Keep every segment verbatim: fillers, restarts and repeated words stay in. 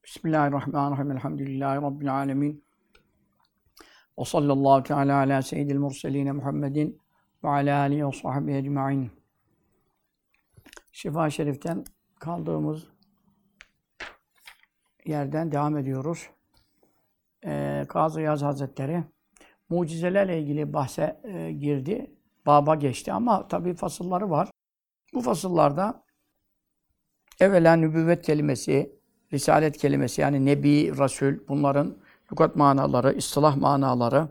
Bismillahirrahmanirrahim. Elhamdülillahi Rabbil alemin. Ve sallallahu teala ala seyyidil murseline Muhammedin ve ala alihi ve sahbihi ecma'in. Şifa-i Şerif'ten kaldığımız yerden devam ediyoruz. Ee, Kazı Yaz Hazretleri mucizelerle ilgili bahse e, girdi. Baba geçti ama tabii fasılları var. Bu fasıllarda evvela nübüvvet kelimesi, risalet kelimesi yani nebi, rasul bunların lügat manaları, istilah manaları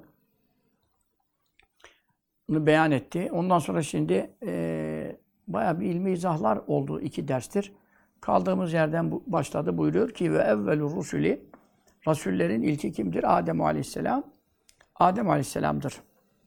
bunu beyan etti. Ondan sonra şimdi e, bayağı bir ilmi izahlar oldu iki derstir. Kaldığımız yerden bu, başladı buyuruyor ki ve evvelur rusuli rasullerin ilki kimdir? Adem Aleyhisselam. Adem Aleyhisselam'dır.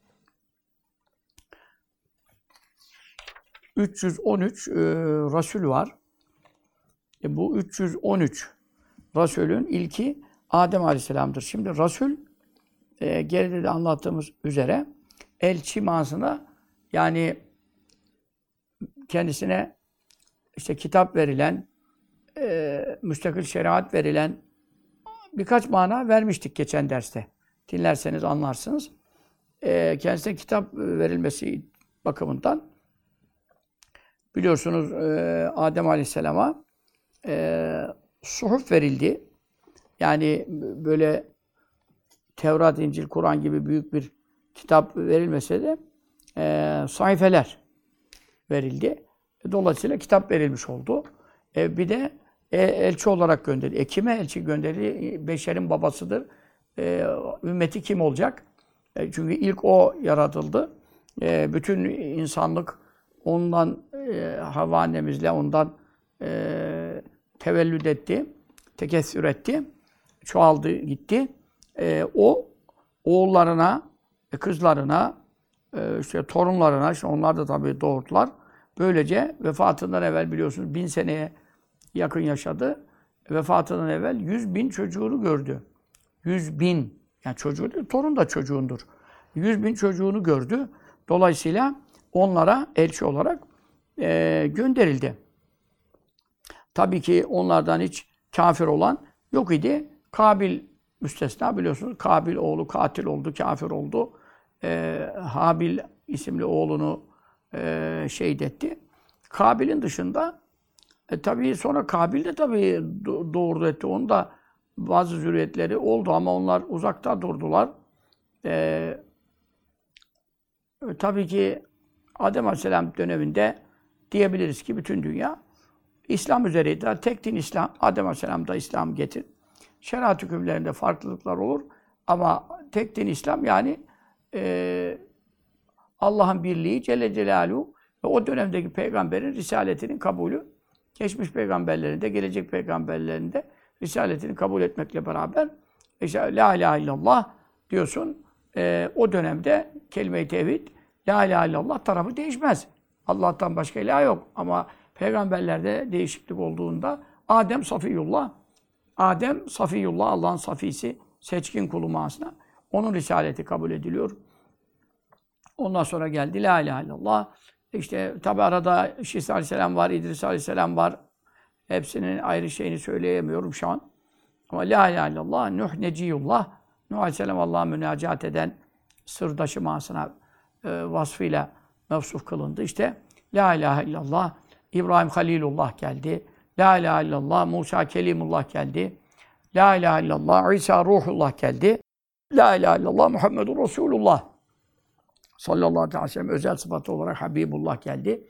üç yüz on üç e, rasul var. E bu üç yüz on üç Rasul'ün ilki Adem Aleyhisselam'dır. Şimdi Rasul, e, geride de anlattığımız üzere elçi manasında yani kendisine işte kitap verilen, e, müstakil şeriat verilen birkaç mana vermiştik geçen derste. Dinlerseniz anlarsınız. E, kendisine kitap verilmesi bakımından biliyorsunuz e, Adem Aleyhisselam'a e, suhuf verildi. Yani böyle Tevrat, İncil, Kur'an gibi büyük bir kitap verilmese de e, sayfeler verildi. Dolayısıyla kitap verilmiş oldu. E, bir de e, elçi olarak gönderdi. E, kime elçi gönderdi? Beşerin babasıdır. E, ümmeti kim olacak? E, çünkü ilk o yaratıldı. E, bütün insanlık ondan, e, Havva annemizle ondan e, tevellüd etti, tekessür etti, çoğaldı, gitti. E, o oğullarına, kızlarına, e, işte torunlarına, işte onlar da tabii doğurdular. Böylece vefatından evvel biliyorsunuz bin seneye yakın yaşadı. Vefatından evvel yüz bin çocuğunu gördü. Yüz bin, yani çocuğu değil, torun da çocuğundur. Yüz bin çocuğunu gördü. Dolayısıyla onlara elçi olarak e, gönderildi. Tabii ki onlardan hiç kafir olan yok idi. Kabil müstesna biliyorsunuz. Kabil oğlu katil oldu, kafir oldu. Ee, Habil isimli oğlunu e, şehit etti. Kabil'in dışında e, tabii sonra Kabil de tabii doğurdu etti. Onun da bazı zürriyetleri oldu ama onlar uzakta durdular. Ee, tabii ki Adem Aleyhisselam döneminde diyebiliriz ki bütün dünya İslam üzereydi. Tek din İslam. Adem Aleyhisselam da İslam getir. Şeriat hükümlerinde farklılıklar olur. Ama tek din İslam yani e, Allah'ın birliği Celle Celaluhu ve o dönemdeki peygamberin risaletinin kabulü. Geçmiş peygamberlerinde, gelecek peygamberlerinde risaletini kabul etmekle beraber işte La ilahe illallah diyorsun. E, o dönemde kelime-i tevhid La ilahe illallah tarafı değişmez. Allah'tan başka ilah yok. Ama peygamberlerde değişiklik olduğunda Adem Safiyullah, Adem Safiyullah, Allah'ın safisi, seçkin kulu manasına. Onun risaleti kabul ediliyor. Ondan sonra geldi La ilahe illallah. İşte tabi arada Şis Aleyhisselam var, İdris Aleyhisselam var. Hepsinin ayrı şeyini söyleyemiyorum şu an. Ama La ilahe illallah, Nuh Neciyullah, Nuh Aleyhisselam Allah'a münacat eden sırdaşı manasına e, vasfıyla mevsuf kılındı. İşte La ilahe illallah, İbrahim Halilullah geldi. La ilahe illallah, Musa Kelimullah geldi. La ilahe illallah, İsa Ruhullah geldi. La ilahe illallah, Muhammedur Resulullah sallallahu aleyhi ve sellem özel sıfatı olarak Habibullah geldi.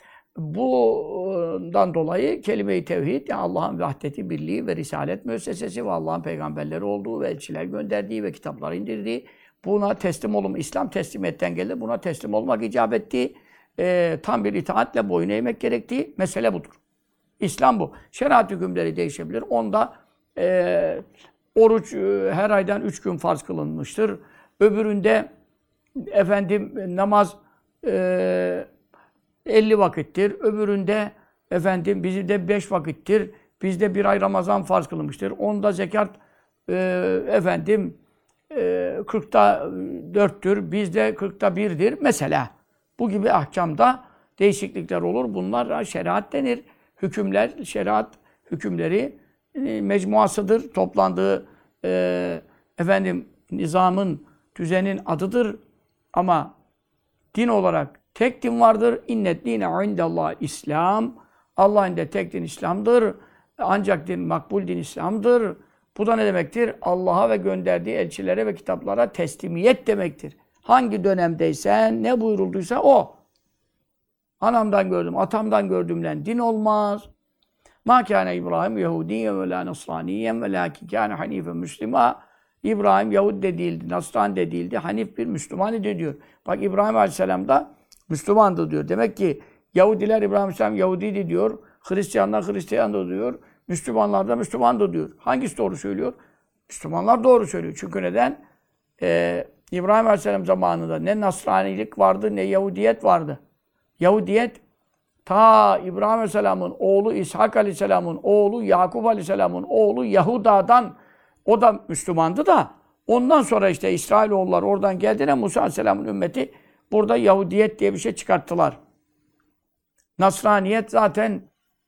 Bundan dolayı kelime-i tevhid, yani Allah'ın vahdeti, birliği ve risalet müessesesi ve Allah'ın peygamberleri olduğu ve elçiler gönderdiği ve kitaplar indirdiği, buna teslim olma, İslam teslimiyetten geldi, buna teslim olmak icap ettiği, e, tam bir itaatle boyun eğmek gerektiği mesele budur. İslam bu. Şeriat hükümleri değişebilir. Onda e, oruç e, her aydan üç gün farz kılınmıştır. Öbüründe efendim namaz e, elli vakittir. Öbüründe efendim bizde beş vakittir. Bizde bir ay Ramazan farz kılınmıştır. Onda zekat e, efendim e, kırkta dörttür. Bizde kırkta birdir. Mesela bu gibi ahkamda değişiklikler olur. Bunlar şeriat denir. Hükümler, şeriat hükümleri e, mecmuasıdır. Toplandığı e, efendim nizamın, düzenin adıdır. Ama din olarak tek din vardır. İnnet dine indallah İslam. Allah'ın inde tek din İslam'dır. Ancak din, makbul din İslam'dır. Bu da ne demektir? Allah'a ve gönderdiği elçilere ve kitaplara teslimiyet demektir. Hangi dönemdeysen, ne buyurulduysa o. Anamdan gördüm, atamdan gördüğümle din olmaz. Ma kâne İbrahim Yahudiyen ve la Nasraniyen ve lâkin kâne hanifen Müslüma. İbrahim Yahudi de değildi, Nasran de değildi, Hanif bir Müslüman idi diyor. Bak İbrahim Aleyhisselam da Müslümandı diyor. Demek ki Yahudiler İbrahim Aleyhisselam Yahudiydi diyor. Hristiyanlar Hristiyandı diyor. Müslümanlar da Müslümandı diyor. Hangisi doğru söylüyor? Müslümanlar doğru söylüyor. Çünkü neden? Ee, İbrahim Aleyhisselam zamanında ne Nasranilik vardı ne Yahudiyet vardı. Yahudiyet ta İbrahim Aleyhisselam'ın oğlu İshak Aleyhisselam'ın oğlu Yakup Aleyhisselam'ın oğlu Yahuda'dan o da Müslümandı da ondan sonra işte İsrailoğullar oradan geldiğinde Musa Aleyhisselam'ın ümmeti burada Yahudiyet diye bir şey çıkarttılar. Nasraniyet zaten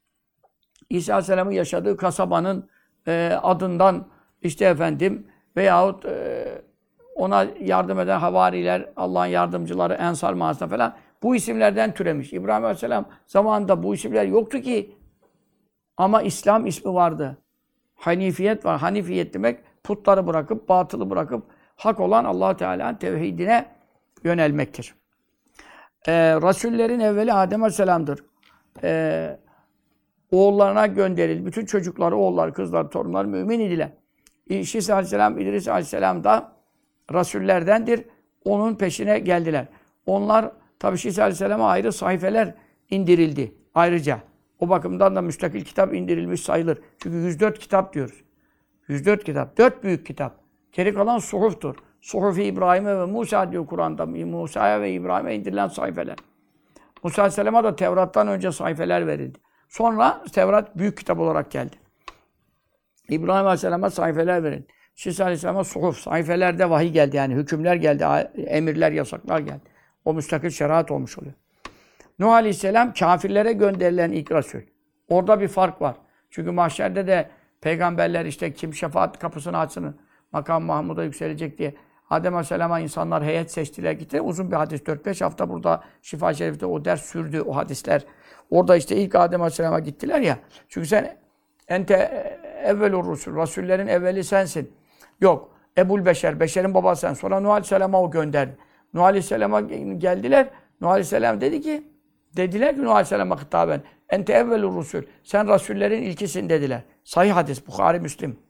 İsa Aleyhisselam'ın yaşadığı kasabanın e, adından işte efendim veyahut e, ona yardım eden havariler, Allah'ın yardımcıları, Ensar manasında falan bu isimlerden türemiş. İbrahim Aleyhisselam zamanında bu isimler yoktu ki. Ama İslam ismi vardı. Hanifiyet var. Hanifiyet demek putları bırakıp, batılı bırakıp hak olan Allah Teala'nın tevhidine yönelmektir. Ee, Rasullerin evveli Adem Aleyhisselam'dır. Ee, oğullarına gönderildi. Bütün çocukları, oğullar, kızlar, torunlar mümin idiler. İsa Aleyhisselam, İdris Aleyhisselam da Rasullerdendir. Onun peşine geldiler. Onlar tabi İsa Aleyhisselam'a ayrı sayfeler indirildi. Ayrıca. O bakımdan da müstakil kitap indirilmiş sayılır. Çünkü yüz dört kitap diyoruz. yüz dört kitap. Dört büyük kitap. Geri kalan suhuftur. Suhuf-i İbrahim'e ve Musa diyor Kur'an'da. Musa'ya ve İbrahim'e indirilen sayfeler. Musa Aleyhisselam'a da Tevrat'tan önce sayfeler verildi. Sonra Tevrat büyük kitap olarak geldi. İbrahim Aleyhisselam'a sayfeler verildi. İsa Aleyhisselam'a suhuf, sayfelerde vahiy geldi yani. Hükümler geldi, emirler, yasaklar geldi. O müstakil şeriat olmuş oluyor. Nuh Aleyhisselam kafirlere gönderilen ilk Resul. Orada bir fark var. Çünkü mahşerde de peygamberler işte kim şefaat kapısını açsın, makam Mahmud'a yükselecek diye Adem Aleyhisselam'a insanlar heyet seçtiler gitti. Uzun bir hadis. dört beş hafta burada Şifa-i Şerif'te o ders sürdü, o hadisler. Orada işte ilk Adem Aleyhisselam'a gittiler ya. Çünkü sen ente evvelur rusul. Rasullerin evveli sensin. Yok. Ebul Beşer. Beşer'in babası sen. Sonra Nuh Aleyhisselam'a o gönderdi. Nuh Aleyhisselam'a geldiler. Nuh Aleyhisselam dedi ki dediler ki Nuh Aleyhisselam'a hitaben ente evvelur rusul. Sen Rasullerin ilkisin dediler. Sahih hadis. Bukhari, Müslim.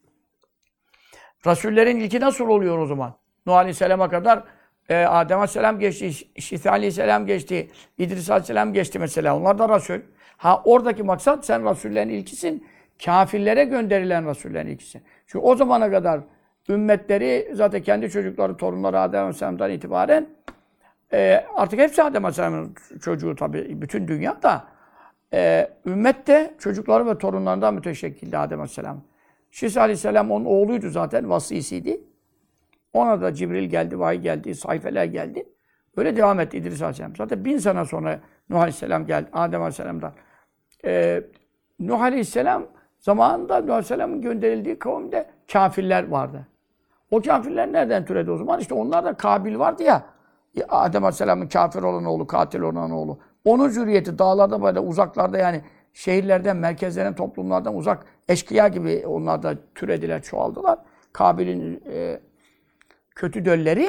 Rasullerin ilki nasıl oluyor o zaman? Nuh Aleyhisselam'a kadar e, Adem Aleyhisselam geçti, İsa Aleyhisselam geçti, İdris Aleyhisselam geçti mesela. Onlar da Rasul. Ha oradaki maksat sen Rasullerin ilkisin. Kafirlere gönderilen Rasullerin ilkisin. Çünkü o zamana kadar ümmetleri zaten kendi çocukları, torunları Adem Aleyhisselam'dan itibaren e, artık hepsi Adem Aleyhisselam'ın çocuğu tabii bütün dünyada. E, ümmet de çocukları ve torunlarından müteşekkildi Adem Aleyhisselam. İsa Aleyhisselam onun oğluydu zaten, vasisiydi. Ona da Cibril geldi, vahiy geldi, sayfeler geldi. Öyle devam etti İdris Aleyhisselam. Zaten bin sene sonra Nuh Aleyhisselam geldi, Adem Aleyhisselam'dan. Ee, Nuh Aleyhisselam zamanında Nuh Aleyhisselam'ın gönderildiği kavimde kafirler vardı. O kafirler nereden türedi o zaman? İşte onlar da Kabil vardı ya. Adem Aleyhisselam'ın kafir olan oğlu, katil olan oğlu. Onun zürriyeti dağlarda böyle uzaklarda yani şehirlerden, merkezlerden, toplumlardan uzak eşkıya gibi onlar da türediler, çoğaldılar. Kabil'in e, kötü dölleri.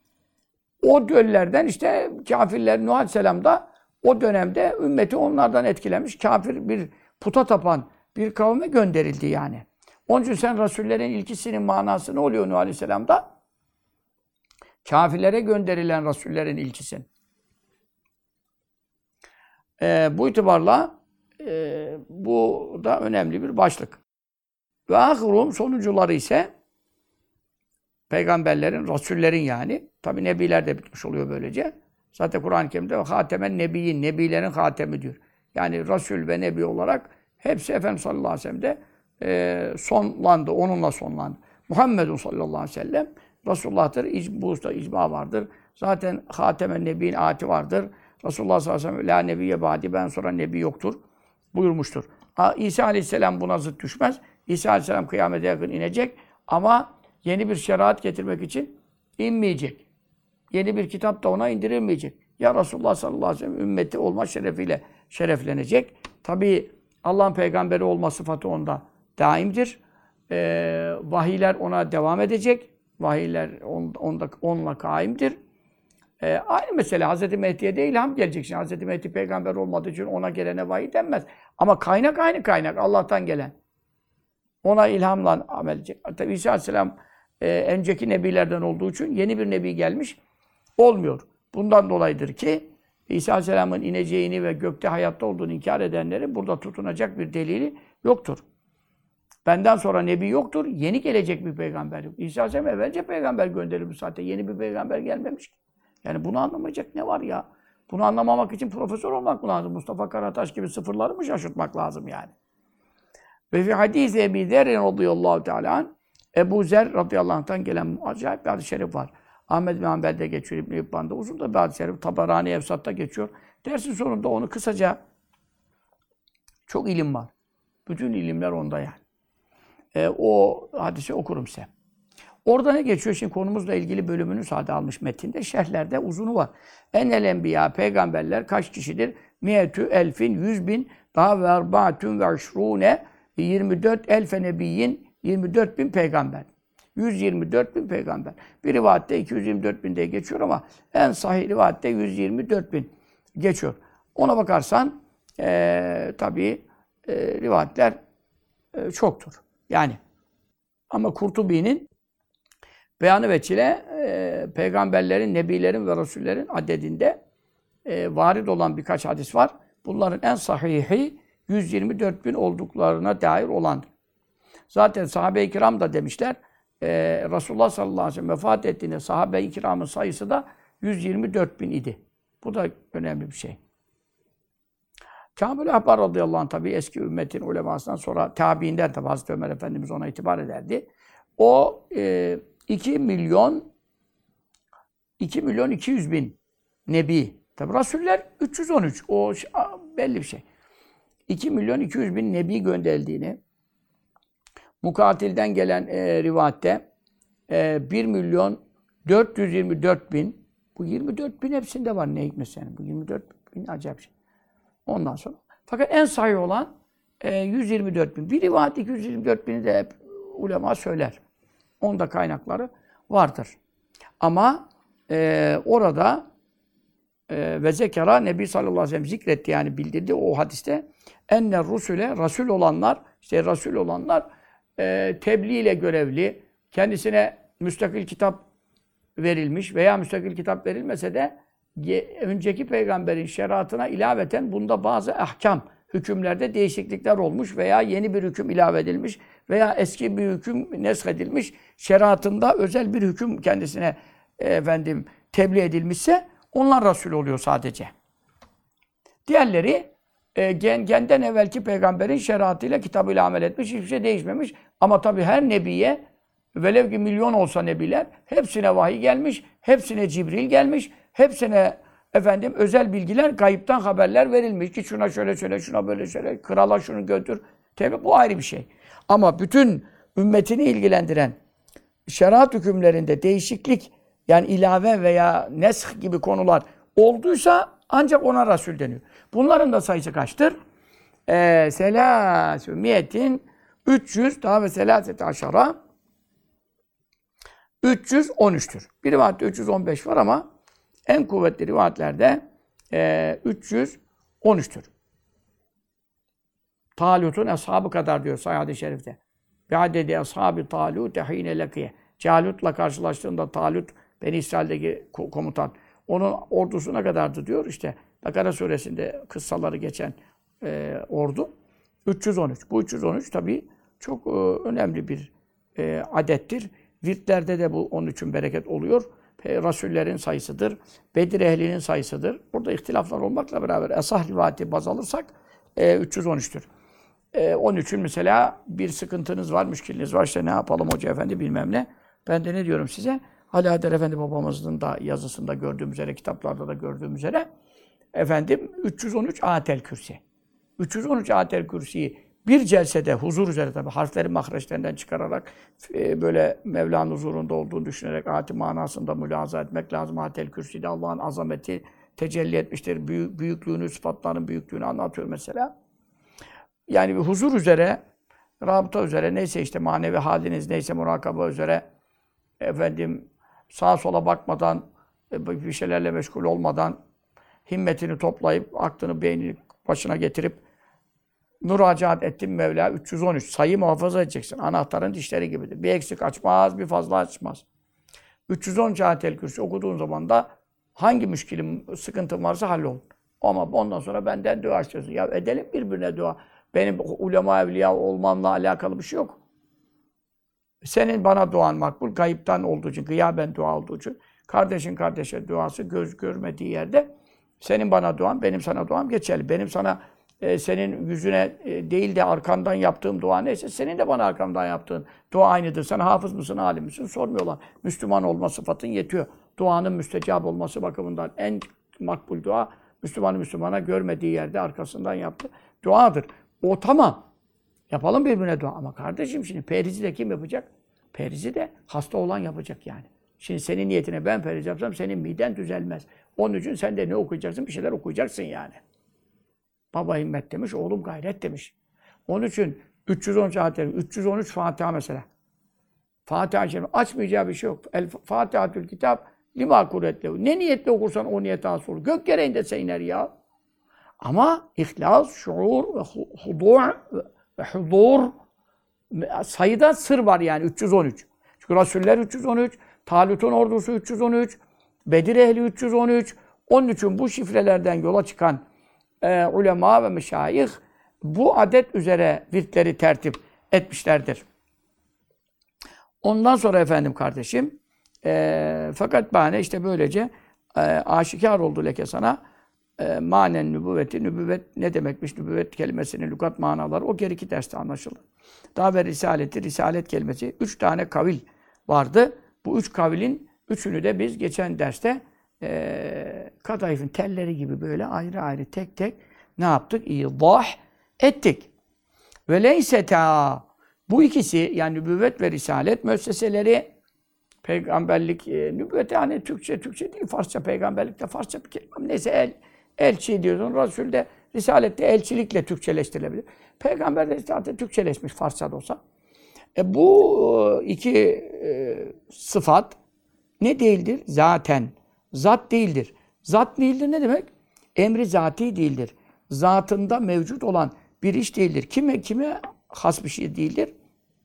O döllerden işte kafirler Nuh Aleyhisselam da o dönemde ümmeti onlardan etkilemiş. Kafir bir puta tapan bir kavme gönderildi yani. Onun için sen Rasullerin ilkisinin manası ne oluyor Nuh Aleyhisselam'da? Kafirlere gönderilen Rasullerin ilkisin. Ee, bu itibarla e, bu da önemli bir başlık. Ve ahirum sonuncuları ise peygamberlerin, rasullerin yani. Tabi nebiler de bitmiş oluyor böylece. Zaten Kur'an-ı Kerim'de hatemen nebiyyin, nebilerin hatemi diyor. Yani rasul ve nebi olarak hepsi Efendimiz sallallahu aleyhi ve sellem'de e, sonlandı, onunla sonlandı. Muhammedun sallallahu aleyhi ve sellem Resulullah'tır. Bu usta icma vardır. Zaten hatemen nebiyyin ati vardır. Resulullah sallallahu aleyhi ve sellem la nebiyye ba'di, ben sonra nebi yoktur buyurmuştur. İsa aleyhisselam buna zıt düşmez. İsa Aleyhisselam kıyamete yakın inecek ama yeni bir şeriat getirmek için inmeyecek. Yeni bir kitap da ona indirilmeyecek. Ya Resulullah sallallahu aleyhi ve sellem ümmeti olma şerefiyle şereflenecek. Tabii Allah'ın peygamberi olma sıfatı onda daimdir. Ee, vahiyler ona devam edecek. Vahiyler on, onda, onunla kaimdir. Ee, aynı mesele Hazreti Mehdi'ye de ilham gelecek. Şimdi Hazreti Mehdi peygamber olmadığı için ona gelene vahiy denmez. Ama kaynak aynı kaynak. Allah'tan gelen. Ona ilhamla amel edecek. Tabi İsa Aleyhisselam e, önceki nebilerden olduğu için yeni bir nebi gelmiş olmuyor. Bundan dolayıdır ki İsa Aleyhisselam'ın ineceğini ve gökte hayatta olduğunu inkar edenlerin burada tutunacak bir delili yoktur. Benden sonra nebi yoktur. Yeni gelecek bir peygamber yok. İsa Aleyhisselam evvelce peygamber gönderilmiş zaten. Yeni bir peygamber gelmemiş. Yani bunu anlamayacak ne var ya? Bunu anlamamak için profesör olmak mı lazım? Mustafa Karataş gibi sıfırları mı şaşırtmak lazım yani? Ve fi hadis-i Ebi Zer'in radıyallahu teala anh, Ebu Zer radıyallahu anh'tan gelen acayip bir hadis-i şerif var. Ahmed bin Hanbel'de geçiyor, İbn-i İbban'da. Uzun da bir hadis-i şerif. Tabarani Evsat'ta geçiyor. Dersin sonunda onu kısaca, çok ilim var. Bütün ilimler onda yani. E, o hadisi okurum size. Orada ne geçiyor? Şimdi konumuzla ilgili bölümünü sade almış metinde. Şerhlerde uzunu var. Enel enbiya, peygamberler kaç kişidir? Miyetü elfin, yüz bin, daha ve erbaatün ve aşrûne, yirmi dört elfe nebiyyin, yirmi dört bin peygamber. yüz yirmi dört bin peygamber. Bir rivayette iki yüz yirmi dört bin diye geçiyor ama en sahih rivayette yüz yirmi dört bin geçiyor. Ona bakarsan ee, tabii e, rivayetler e, çoktur. Yani ama Kurtubi'nin beyanı veçile e, peygamberlerin, nebilerin ve rasullerin adedinde e, varid olan birkaç hadis var. Bunların en sahihi yüz yirmi dört bin olduklarına dair olandır. Zaten sahabe-i kiram da demişler, e, Resulullah sallallahu aleyhi ve sellem vefat ettiğinde sahabe-i kiramın sayısı da yüz yirmi dört bin idi. Bu da önemli bir şey. Kâb-ül Ahbar radıyallahu anh tabi eski ümmetin ulemasından sonra tabiinden tabi Hazreti Ömer Efendimiz ona itibar ederdi. O e, iki milyon iki milyon iki yüz bin nebi. Tabi rasuller üç yüz on üç. O belli bir şey. iki milyon iki yüz bin nebi gönderildiğini, Mukatil'den gelen e, rivayette e, bir milyon dört yüz yirmi dört bin, bu yirmi dört bin hepsinde var ne hikmetse yani. Bu yirmi dört bin acayip şey. Ondan sonra. Fakat en sahih olan e, yüz yirmi dört bin. Bir rivayet iki yüz yirmi dört bini de hep ulema söyler. Onda kaynakları vardır. Ama e, orada e, ve zekera Nebi sallallahu aleyhi ve sellem zikretti yani bildirdi o hadiste. Enne rusule, rasul olanlar, işte rasul olanlar e, tebliğ ile görevli, kendisine müstakil kitap verilmiş veya müstakil kitap verilmese de önceki peygamberin şeriatına ilaveten bunda bazı ahkam, hükümlerde değişiklikler olmuş veya yeni bir hüküm ilave edilmiş veya eski bir hüküm neshedilmiş, şeriatında özel bir hüküm kendisine efendim tebliğ edilmişse onlar Resul oluyor sadece. Diğerleri e, genden evvelki peygamberin şeriatıyla, kitabıyla amel etmiş, hiçbir şey değişmemiş. Ama tabii her nebiye, velev ki milyon olsa nebiler, hepsine vahiy gelmiş, hepsine Cibril gelmiş, hepsine efendim özel bilgiler, gayipten haberler verilmiş ki şuna şöyle söyle, şuna böyle söyle, krala şunu götür. Tabii bu ayrı bir şey. Ama bütün ümmetini ilgilendiren şeriat hükümlerinde değişiklik, yani ilave veya nesh gibi konular olduysa ancak ona Resul deniyor. Bunların da sayısı kaçtır? Ee, Selâsü miyetin üç yüz daha ve selâsete aşara üç yüz on üç'tür. Bir rivayette üç yüz on beş var ama en kuvvetli rivayetlerde e, üç yüz on üç'tür. Talut'un ashabı kadar diyor Sahih hadis-i şerifte. Bi'adedi ashabi Talut hîne lekiye. Calut'la karşılaştığında Talut, Beni İsrail'deki komutan, onun ordusuna kadardı diyor. İşte Bakara suresinde kıssaları geçen e, ordu. üç yüz on üç. Bu üç yüz on üç tabii çok e, önemli bir e, adettir. Virtlerde de bu onun için bereket oluyor. E, Rasullerin sayısıdır. Bedir ehlinin sayısıdır. Burada ihtilaflar olmakla beraber esah rivayeti baz alırsak e, üç yüz on üç'tür. E, on üçün mesela bir sıkıntınız var, müşkiliniz var. İşte ne yapalım hoca efendi bilmem ne. Ben de ne diyorum size? Ali Adel Efendi babamızın da yazısında gördüğüm üzere, kitaplarda da gördüğüm üzere efendim üç yüz on üç Ayetel Kürsi. üç yüz on üç Ayetel Kürsi'yi bir celsede huzur üzere tabi harfleri mahreçlerinden çıkararak e, böyle Mevla'nın huzurunda olduğunu düşünerek ayet manasında mülahaza etmek lazım. Ayetel Kürsi'de Allah'ın azameti tecelli etmiştir. Büyük, büyüklüğünü, sıfatlarının büyüklüğünü anlatıyor mesela. Yani bir huzur üzere, rabıta üzere, neyse işte manevi haliniz neyse murakaba üzere, efendim sağa sola bakmadan, bir şeylerle meşgul olmadan, himmetini toplayıp, aklını, beynini başına getirip müracaat ettim Mevla üç yüz on üç. Sayı muhafaza edeceksin. Anahtarın dişleri gibidir. Bir eksik açmaz, bir fazla açmaz. üç yüz on Ayetel Kürsi okuduğun zaman da hangi müşkilim, sıkıntın varsa hallolur. Ama ondan sonra benden dua istiyorsun. Ya edelim birbirine dua. Benim ulema evliya olmamla alakalı bir şey yok. Senin bana duan makbul, gayipten olduğu için, gıyaben dua olduğu için, kardeşin kardeşe duası göz görmediği yerde senin bana duan, benim sana duam geçerli. Benim sana e, senin yüzüne e, değil de arkandan yaptığım dua neyse, senin de bana arkamdan yaptığın dua aynıdır. Sen hafız mısın, alim misin sormuyorlar. Müslüman olma sıfatın yetiyor. Duanın müstecab olması bakımından en makbul dua, Müslümanı Müslümana görmediği yerde arkasından yaptı duadır. O tamam. Yapalım birbirine dua. Ama kardeşim şimdi perizi de kim yapacak? Perizi de hasta olan yapacak yani. Şimdi senin niyetine ben periz yapsam senin miden düzelmez. Onun için sen de ne okuyacaksın? Bir şeyler okuyacaksın yani. Baba himmet demiş, oğlum gayret demiş. Onun için üç yüz on Ayetel, üç yüz on üç Fatiha mesela. Fatiha-i Şerif açmayacağı bir şey yok. El Fatihatül Kitap lima kuretlehu. Ne niyetle okursan o niyete hasıl olur. Gök gereğinde seyner ya. Ama ihlas, şuur ve hudu' ve hudur sayıda sır var yani üç yüz on üç. Çünkü Resuller üç yüz on üç, Talut'un ordusu üç yüz on üç, Bedir ehli üç yüz on üç. Onun için bu şifrelerden yola çıkan e, ulema ve meşayih bu adet üzere virtleri tertip etmişlerdir. Ondan sonra efendim kardeşim e, fakat bahane işte böylece e, aşikar oldu leke sana e, manen nübüvveti. Nübüvvet ne demekmiş? Nübüvvet kelimesinin lügat manaları o geri iki derste anlaşıldı. Daha ve risaleti, risalet kelimesi üç tane kavil vardı. Bu üç kavilin üçünü de biz geçen derste e, kadayıfın telleri gibi böyle ayrı ayrı tek tek ne yaptık? İzah ettik. Ve leyseta bu ikisi yani nübüvvet ve risalet müesseseleri peygamberlik, e, nübüvvet yani Türkçe, Türkçe değil Farsça, peygamberlik de Farsça bir kelime. Neyse el, elçi diyorsun, Resul de risalet de elçilikle Türkçeleştirilebilir. Peygamber de zaten Türkçeleşmiş Farsça'da olsa. E, bu iki e, sıfat ne değildir? Zaten. Zat değildir. Zat değildir ne demek? Emri zati değildir. Zatında mevcut olan bir iş değildir. Kime kime has bir şey değildir?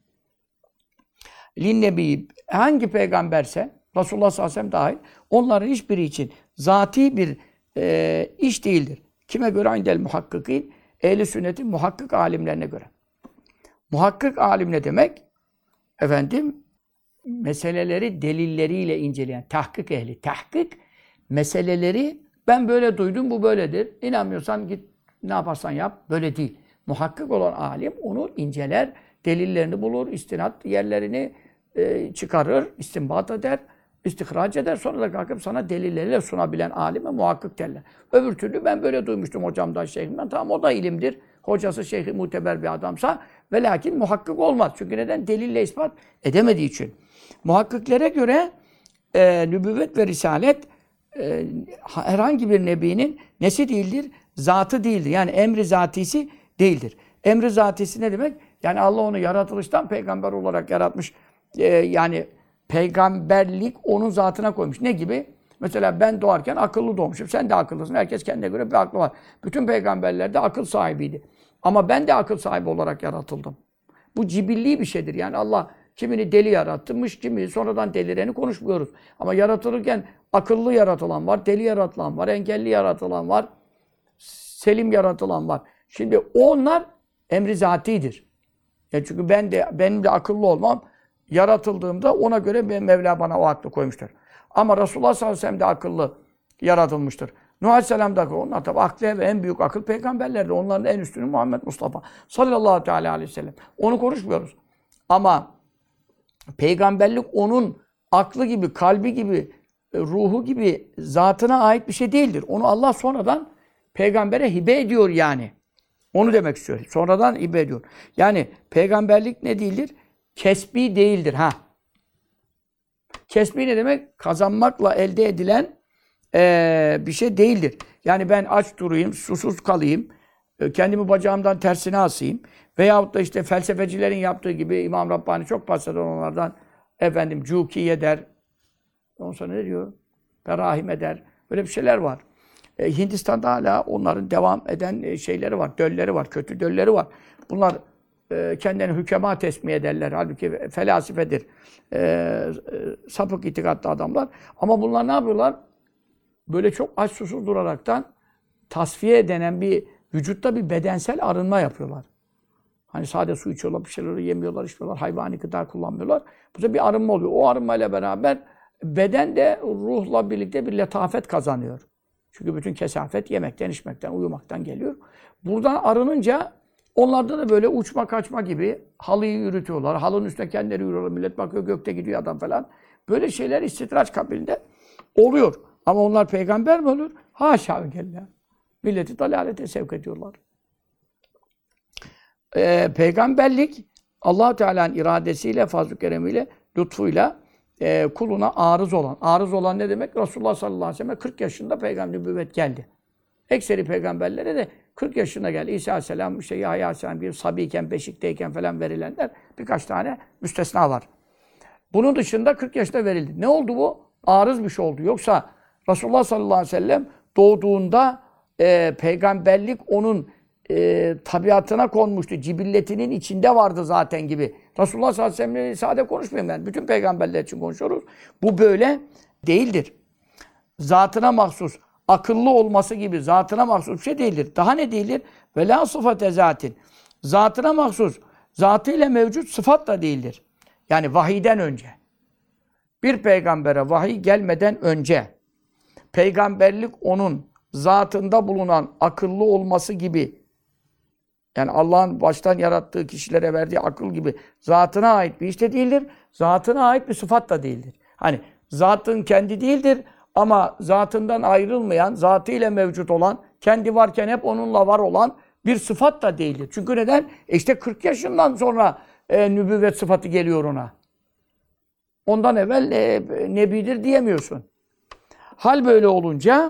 Linnebi hangi peygamberse Resulullah sallallahu aleyhi ve sellem dahil onların hiçbiri için zati bir e, iş değildir. Kime göre? İndel muhakkikin ehli sünnetin muhakkik alimlerine göre. Muhakkik alim ne demek? Efendim meseleleri delilleriyle inceleyen tahkik ehli. Tahkik meseleleri ben böyle duydum bu böyledir. İnanmıyorsan git ne yaparsan yap. Böyle değil. Muhakkik olan alim onu inceler, delillerini bulur, istinat yerlerini e, çıkarır, istinbat eder, istihraç eder. Sonra da kalkıp sana delilleriyle sunabilen alime muhakkik derler. Öbür türlü ben böyle duymuştum hocamdan, şeyhimden. Tamam o da ilimdir. Hocası şeyhi muteber bir adamsa ve lakin muhakkik olmaz. Çünkü neden? Delille ispat edemediği için. Muhakkiklere göre e, nübüvvet ve risalet e, herhangi bir nebinin nesi değildir? Zatı değildir. Yani emri zatisi değildir. Emri zatisi ne demek? Yani Allah onu yaratılıştan peygamber olarak yaratmış. Ee, yani peygamberlik onun zatına koymuş. Ne gibi? Mesela ben doğarken akıllı doğmuşum. Sen de akıllısın. Herkes kendine göre bir aklı var. Bütün peygamberler de akıl sahibiydi. Ama ben de akıl sahibi olarak yaratıldım. Bu cibilli bir şeydir. Yani Allah kimini deli yaratmış, kimi sonradan delireni konuşmuyoruz. Ama yaratılırken akıllı yaratılan var, deli yaratılan var, engelli yaratılan var, selim yaratılan var. Şimdi onlar emri zatidir. Yani çünkü ben de benim de akıllı olmam yaratıldığımda ona göre Mevla bana o aklı koymuştur. Ama Resulullah sallallahu aleyhi ve sellem de akıllı yaratılmıştır. Nuh aleyhisselam da akıllı. Onlar tabi aklı ve en büyük akıl peygamberlerdi. Onların en üstünü Muhammed Mustafa sallallahu teala aleyhi ve sellem. Onu konuşmuyoruz. Ama peygamberlik onun aklı gibi, kalbi gibi, ruhu gibi zatına ait bir şey değildir. Onu Allah sonradan peygambere hibe ediyor yani. Onu demek istiyor. Sonradan ibe ediyor. Yani peygamberlik ne değildir? Kesbi değildir. Ha. Kesbi ne demek? Kazanmakla elde edilen ee, bir şey değildir. Yani ben aç durayım, susuz kalayım, kendimi bacağımdan tersine asayım veyahut da işte felsefecilerin yaptığı gibi İmam Rabbani çok bahseder onlardan. Efendim cukiye der. Ondan sonra ne diyor? Berahim eder. Böyle bir şeyler var. E, Hindistan'da hala onların devam eden şeyleri var. Dölleri var. Kötü dölleri var. Bunlar e, kendilerini hükema tesmih ederler. Halbuki felasifedir. E, e, sapık itikatlı adamlar. Ama bunlar ne yapıyorlar? Böyle çok aç susuz duraraktan tasfiye denen bir vücutta bir bedensel arınma yapıyorlar. Hani sade su içiyorlar, bir şeyleri yemiyorlar, içmiyorlar, hayvani gıda kullanmıyorlar. Bu da bir arınma oluyor. O arınmayla beraber beden de ruhla birlikte bir letafet kazanıyor. Çünkü bütün kesafet yemekten, içmekten, uyumaktan geliyor. Buradan arınınca onlarda da böyle uçma kaçma gibi halıyı yürütüyorlar. Halının üstüne kendileri yürüyorlar. Millet bakıyor gökte gidiyor adam falan. Böyle şeyler istidraç kabilinde oluyor. Ama onlar peygamber mi olur? Haşa ve kella. Milleti dalalete sevk ediyorlar. Ee, peygamberlik Allah-u Teala'nın iradesiyle, fazl-ı keremiyle, lütfuyla e, kuluna arız olan. Arız olan ne demek? Resulullah sallallahu aleyhi ve sellem kırk yaşında peygamber nübüvvet geldi. Ekseri peygamberlere de kırk yaşına geldi. İsa aleyhisselam, işte Yahya aleyhisselam gibi sabiyken, beşikteyken falan verilenler birkaç tane müstesna var. Bunun dışında kırk yaşında verildi. Ne oldu bu? Arız bir şey oldu. Yoksa Resulullah sallallahu aleyhi ve sellem doğduğunda e, peygamberlik onun e, tabiatına konmuştu. Cibilletinin içinde vardı zaten gibi. Resulullah sallallahu aleyhi ve sellem'le sade konuşmuyorum ben. Bütün peygamberler için konuşuyoruz. Bu böyle değildir. Zatına mahsus, akıllı olması gibi zatına mahsus bir şey değildir. Daha ne değildir? Ve la sıfate zatin. Zatına mahsus, zatıyla mevcut sıfat da değildir. Yani vahiyden önce. Bir peygambere vahiy gelmeden önce peygamberlik onun zatında bulunan akıllı olması gibi, yani Allah'ın baştan yarattığı kişilere verdiği akıl gibi zatına ait bir iş de değildir. Zatına ait bir sıfat da değildir. Hani zatın kendi değildir ama zatından ayrılmayan, zatıyla mevcut olan, kendi varken hep onunla var olan bir sıfat da değildir. Çünkü neden? E işte kırk yaşından sonra e, nübüvvet sıfatı geliyor ona. Ondan evvel e, nebidir diyemiyorsun. Hal böyle olunca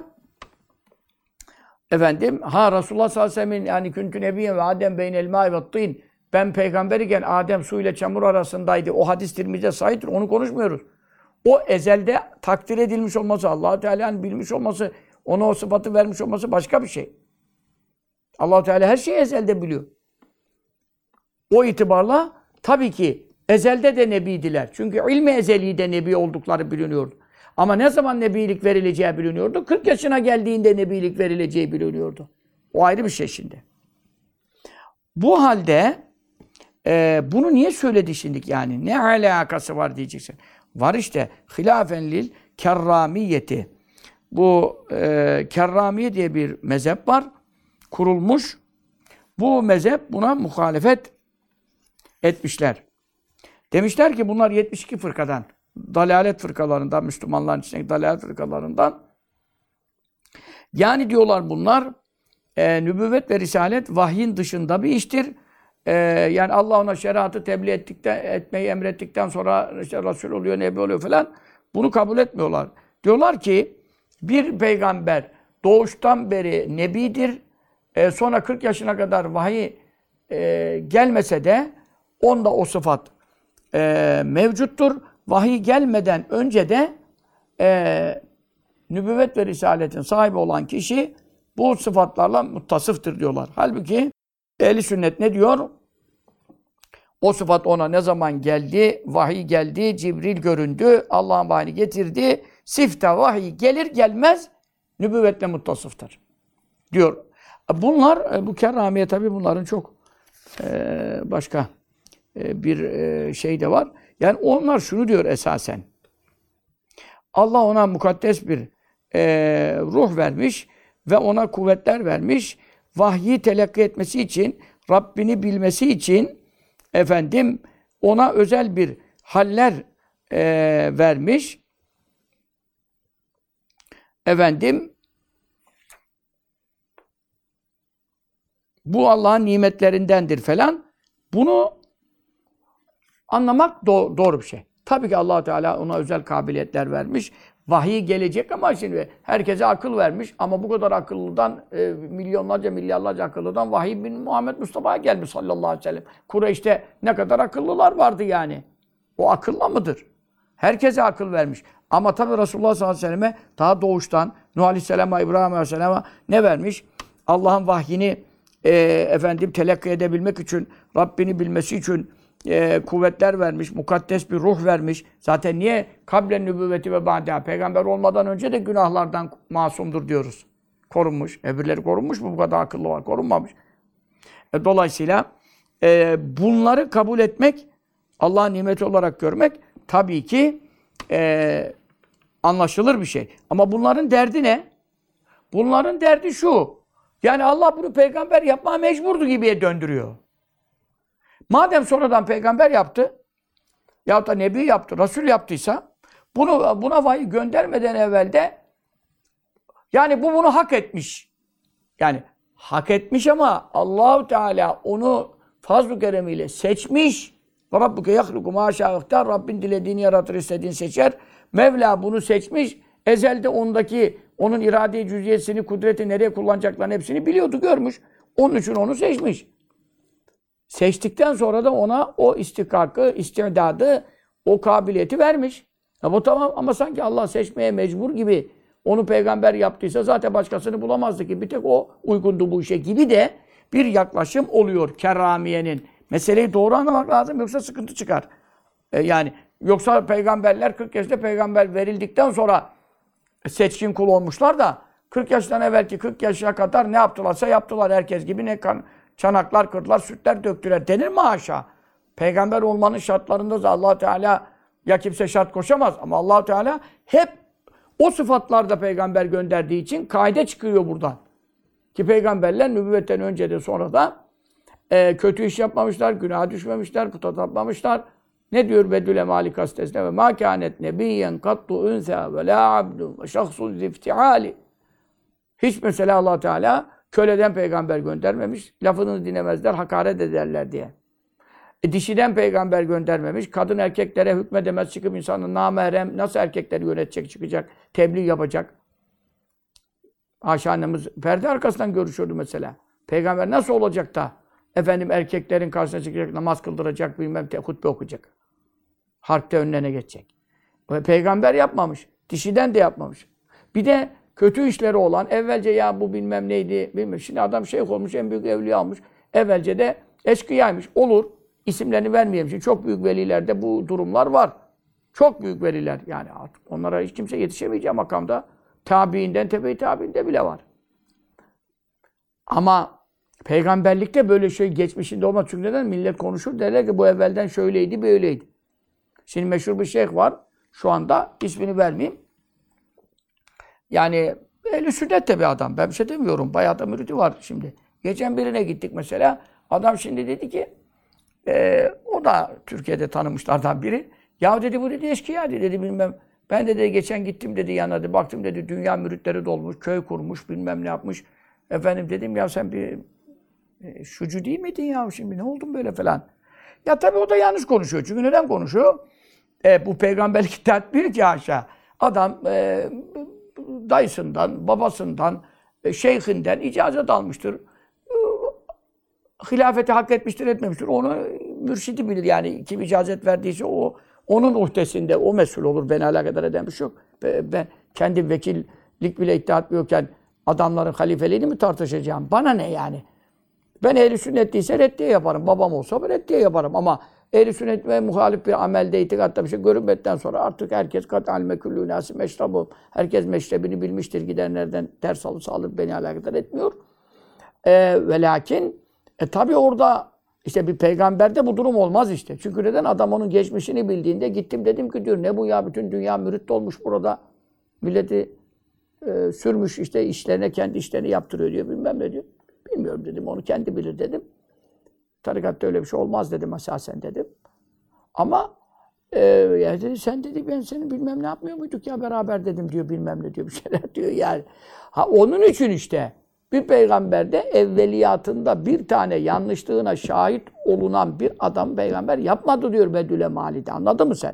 efendim ha Resulullah sallallahu aleyhi ve sellem'in yani küntü nebiyyen ve Adem beynel mâ'i ve tîn, ben peygamber iken Adem su ile çamur arasındaydı. O hadis Tirmizi'de sahihtir. Onu konuşmuyoruz. O ezelde takdir edilmiş olması, Allah-u Teala'nın bilmiş olması, ona o sıfatı vermiş olması başka bir şey. Allah-u Teala her şeyi ezelde biliyor. O itibarla tabii ki ezelde de nebiydiler. Çünkü ilmi ezeli'de nebi oldukları biliniyordu. Ama ne zaman nebilik verileceği biliniyordu? kırk yaşına geldiğinde nebilik verileceği biliniyordu. O ayrı bir şey şimdi. Bu halde e, bunu niye söyledi şimdilik yani? Ne alakası var diyeceksin. Var işte hilafen lil kerramiyeti. Bu e, kerramiye diye bir mezhep var. Kurulmuş. Bu mezhep buna muhalefet etmişler. Demişler ki bunlar yetmiş iki fırkadan, dalalet fırkalarından, Müslümanların içindeki dalalet fırkalarından. Yani diyorlar bunlar e, nübüvvet ve risalet vahyin dışında bir iştir. E, yani Allah ona şeriatı tebliğ ettikten, etmeyi emrettikten sonra işte Resul oluyor, Nebi oluyor falan. Bunu kabul etmiyorlar. Diyorlar ki bir peygamber doğuştan beri nebidir. E, sonra kırk yaşına kadar vahiy e, gelmese de onda o sıfat e, mevcuttur. Vahiy gelmeden önce de e, nübüvvet ve risaletin sahibi olan kişi bu sıfatlarla muttasıftır diyorlar. Halbuki ehli sünnet ne diyor? O sıfat ona ne zaman geldi? Vahiy geldi, Cibril göründü, Allah'ın vahiyini getirdi. Sifte vahiy gelir gelmez nübüvvetle muttasıftır diyor. Bunlar, bu kerramiye tabii bunların çok e, başka e, bir e, şey de var. Yani onlar şunu diyor esasen. Allah ona mukaddes bir e, ruh vermiş ve ona kuvvetler vermiş. Vahyi telakki etmesi için, Rabbini bilmesi için efendim ona özel bir haller e, vermiş. Efendim bu Allah'ın nimetlerindendir falan. Bunu anlamak do- doğru bir şey. Tabii ki Allah Teala ona özel kabiliyetler vermiş. Vahiy gelecek ama şimdi herkese akıl vermiş. Ama bu kadar akıllıdan, e, milyonlarca, milyarlarca akıllıdan vahiy bin Muhammed Mustafa'ya gelmiş sallallahu aleyhi ve sellem. Kureyş'te ne kadar akıllılar vardı yani. O akılla mıdır? Herkese akıl vermiş. Ama tabii Resulullah sallallahu aleyhi ve selleme daha doğuştan Nuh aleyhisselama, İbrahim aleyhisselama ne vermiş? Allah'ın vahyini e, efendim telakki edebilmek için, Rabbini bilmesi için e, kuvvetler vermiş, mukaddes bir ruh vermiş. Zaten niye kablen nübüvveti ve ba'deha, peygamber olmadan önce de günahlardan masumdur diyoruz. Korunmuş. Öbürleri korunmuş mu? Bu kadar akıllı var. Korunmamış. E, dolayısıyla e, bunları kabul etmek, Allah'ın nimeti olarak görmek tabii ki e, anlaşılır bir şey. Ama bunların derdi ne? Bunların derdi şu. Yani Allah bunu peygamber yapmaya mecburdu gibiye döndürüyor. Madem sonradan peygamber yaptı, yahut da nebi yaptı, Resul yaptıysa, bunu buna vahiy göndermeden evvel de yani bu bunu hak etmiş. Yani hak etmiş ama Allahu Teala onu fazl-ı keremiyle seçmiş. Rabbuke yahluku ma şâ ihtar. Rabbin dilediğini yaratır, istediğini seçer. Mevla bunu seçmiş. Ezelde ondaki onun irade-i cüz'iyesini, kudreti nereye kullanacaklarını hepsini biliyordu, görmüş. Onun için onu seçmiş. Seçtikten sonra da ona o istihkakı, istidadı, o kabiliyeti vermiş. Ya bu tamam ama sanki Allah seçmeye mecbur gibi onu peygamber yaptıysa zaten başkasını bulamazdı ki. Bir tek o uygundu bu işe gibi de bir yaklaşım oluyor keramiyenin. Meseleyi doğru anlamak lazım yoksa sıkıntı çıkar. E yani yoksa peygamberler kırk yaşında peygamber verildikten sonra seçkin kul olmuşlar da kırk yaştan evvelki kırk yaşına kadar ne yaptılarsa yaptılar herkes gibi ne kan çanaklar kırdılar, sütler döktüler denir mi haşa? Peygamber olmanın şartlarında da Allah Teala ya kimse şart koşamaz ama Allah Teala hep o sıfatlarda peygamber gönderdiği için kaide çıkıyor buradan. Ki peygamberler nübüvvetten önce de sonra da e, kötü iş yapmamışlar, günaha düşmemişler, puta tapmamışlar. Ne diyor Bedül Emali Kastesi'nde? Ve mâ kânet nebiyyen kattu ünsâ ve lâ abdun ve şahsun ziftiâli. Hiç mesela Allah Teala köleden peygamber göndermemiş, lafını dinlemezler, hakaret ederler diye. E, dişiden peygamber göndermemiş, kadın erkeklere hükmedemez, çıkıp insanın namahrem nasıl erkekleri yönetecek, çıkacak, tebliğ yapacak. Ayşe annemiz perde arkasından görüşüyordu mesela. Peygamber nasıl olacak da efendim erkeklerin karşısına çıkacak, namaz kıldıracak, bilmem te, hutbe okuyacak. Harpte önlerine geçecek. Ve peygamber yapmamış, dişiden de yapmamış. Bir de kötü işleri olan, evvelce ya bu bilmem neydi, bilmem. Şimdi adam şeyh olmuş, en büyük evliya olmuş. Evvelce de eşkıyaymış. Olur. İsimlerini vermeyeyim. Şimdi çok büyük velilerde bu durumlar var. Çok büyük veliler. Yani artık onlara hiç kimse yetişemeyeceği makamda. Tabiinden, tebe-i tabiinde bile var. Ama peygamberlikte böyle şey geçmişinde olmaz. Çünkü neden? Millet konuşur derler ki bu evvelden şöyleydi, böyleydi. Şimdi meşhur bir şeyh var. Şu anda ismini vermeyeyim. Yani ehl-i sünnet de bir adam. Ben bir şey demiyorum. Bayağı da müridi var şimdi. Geçen birine gittik mesela. Adam şimdi dedi ki e, o da Türkiye'de tanımışlardan biri. Ya dedi bu dedi eşkıya dedi bilmem. Ben de dedi geçen gittim dedi yanına dedi. Baktım dedi dünya müritleri dolmuş. Köy kurmuş bilmem ne yapmış. Efendim dedim ya sen bir e, şucu değil miydin ya şimdi ne oldun böyle falan. Ya tabii o da yanlış konuşuyor. Çünkü neden konuşuyor? E, bu peygamberlik iddia etmiyor ki aşağı. Adam e, dayısından, babasından, şeyhinden icazet almıştır. Hilafeti hak etmiştir, etmemiştir. Onu mürşidi bilir yani. Kim icazet verdiyse o, onun uhdesinde, o mesul olur. Beni alakadar eden bir şey yok. Ben kendi vekillik bile iddia etmiyorken adamların halifeliğini mi tartışacağım? Bana ne yani? Ben ehl-i sünnet değilse reddiye yaparım. Babam olsa ben reddiye yaparım ama ehl-i sünnet ve muhalif bir amelde, itikatta bir şey görünmedikten sonra artık herkes kat alme küllü nâsi meşrabu. Herkes meşrebini bilmiştir. Gidenlerden ders alırsa alır beni alakadar etmiyor. Ee, ve lakin e tabi orada işte bir peygamberde bu durum olmaz işte. Çünkü neden? Adam onun geçmişini bildiğinde gittim dedim ki diyor ne bu ya bütün dünya mürit olmuş burada. Milleti e, sürmüş işte işlerine kendi işlerini yaptırıyor diyor bilmem ne diyor. Bilmiyorum dedim onu kendi bilir dedim. Tarikatta öyle bir şey olmaz dedim esasen dedim. Ama e, ya dedi sen dedi ben seni bilmem ne yapmıyor muyduk ya beraber dedim diyor bilmem ne diyor bir şeyler diyor yani. Ha onun için işte Bir peygamber de evveliyatında bir tane yanlışlığına şahit olunan bir adam peygamber yapmadı diyor Bedül Mali'de. Anladın mı sen?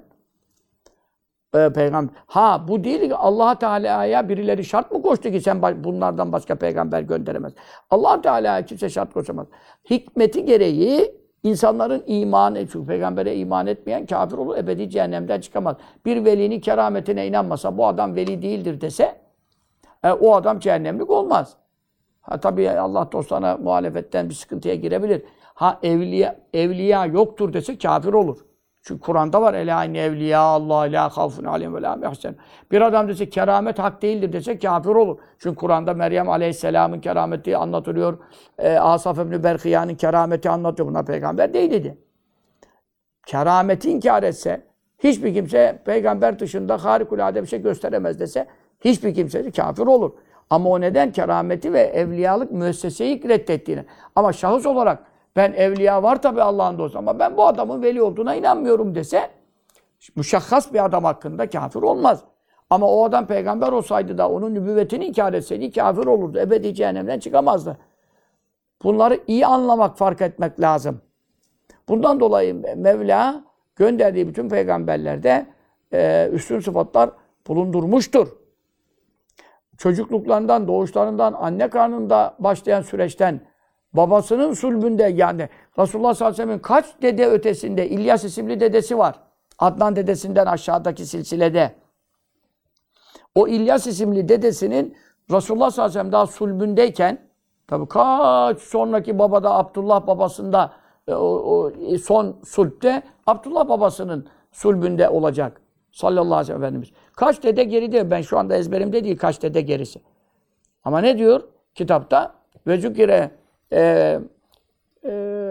Ee, peygamber. Ha bu değil ki Allah Teala'ya birileri şart mı koştu ki sen bunlardan başka peygamber gönderemez. Allah Teala'ya kimse şart koşamaz. Hikmeti gereği insanların iman çünkü peygambere iman etmeyen kafir olur, ebedi cehennemden çıkamaz. Bir velinin kerametine inanmasa bu adam veli değildir dese e, o adam cehennemlik olmaz. Ha tabii Allah dostlarına muhalefetten bir sıkıntıya girebilir. Ha evliya evliya yoktur dese kafir olur. Çünkü Kur'an'da var ela inne evliya Allah la havfun aleyhim ve la yahzun. Bir adam dese keramet hak değildir dese kafir olur. Çünkü Kur'an'da Meryem Aleyhisselam'ın kerameti anlatılıyor. E, Asaf ibn Berkiya'nın kerameti anlatıyor. Bunlar peygamber değil idi. Kerameti inkar etse hiçbir kimse peygamber dışında harikulade bir şey gösteremez dese hiçbir kimse de kafir olur. Ama o neden? Kerameti ve evliyalık müesseseyi reddettiğini. Ama şahıs olarak ben evliya var tabi Allah'ın dostu ama ben bu adamın veli olduğuna inanmıyorum dese müşahhas bir adam hakkında kafir olmaz. Ama o adam peygamber olsaydı da onun nübüvvetini inkar etseydi kafir olurdu. Ebedi cehennemden çıkamazdı. Bunları iyi anlamak, fark etmek lazım. Bundan dolayı Mevla gönderdiği bütün peygamberlerde e, üstün sıfatlar bulundurmuştur. Çocukluklarından, doğuşlarından, anne karnında başlayan süreçten, babasının sulbünde yani Resulullah sallallahu aleyhi ve sellem'in kaç dede ötesinde İlyas isimli dedesi var. Adnan dedesinden aşağıdaki silsilede. O İlyas isimli dedesinin Resulullah sallallahu aleyhi ve sellem daha sulbündeyken tabii kaç sonraki babada Abdullah babasında o, o son sulpte Abdullah babasının sulbünde olacak. Sallallahu aleyhi ve sellem Efendimiz. Kaç dede geride? Ben şu anda ezberimde değil kaç dede gerisi. Ama ne diyor kitapta? Ve zükire e, e,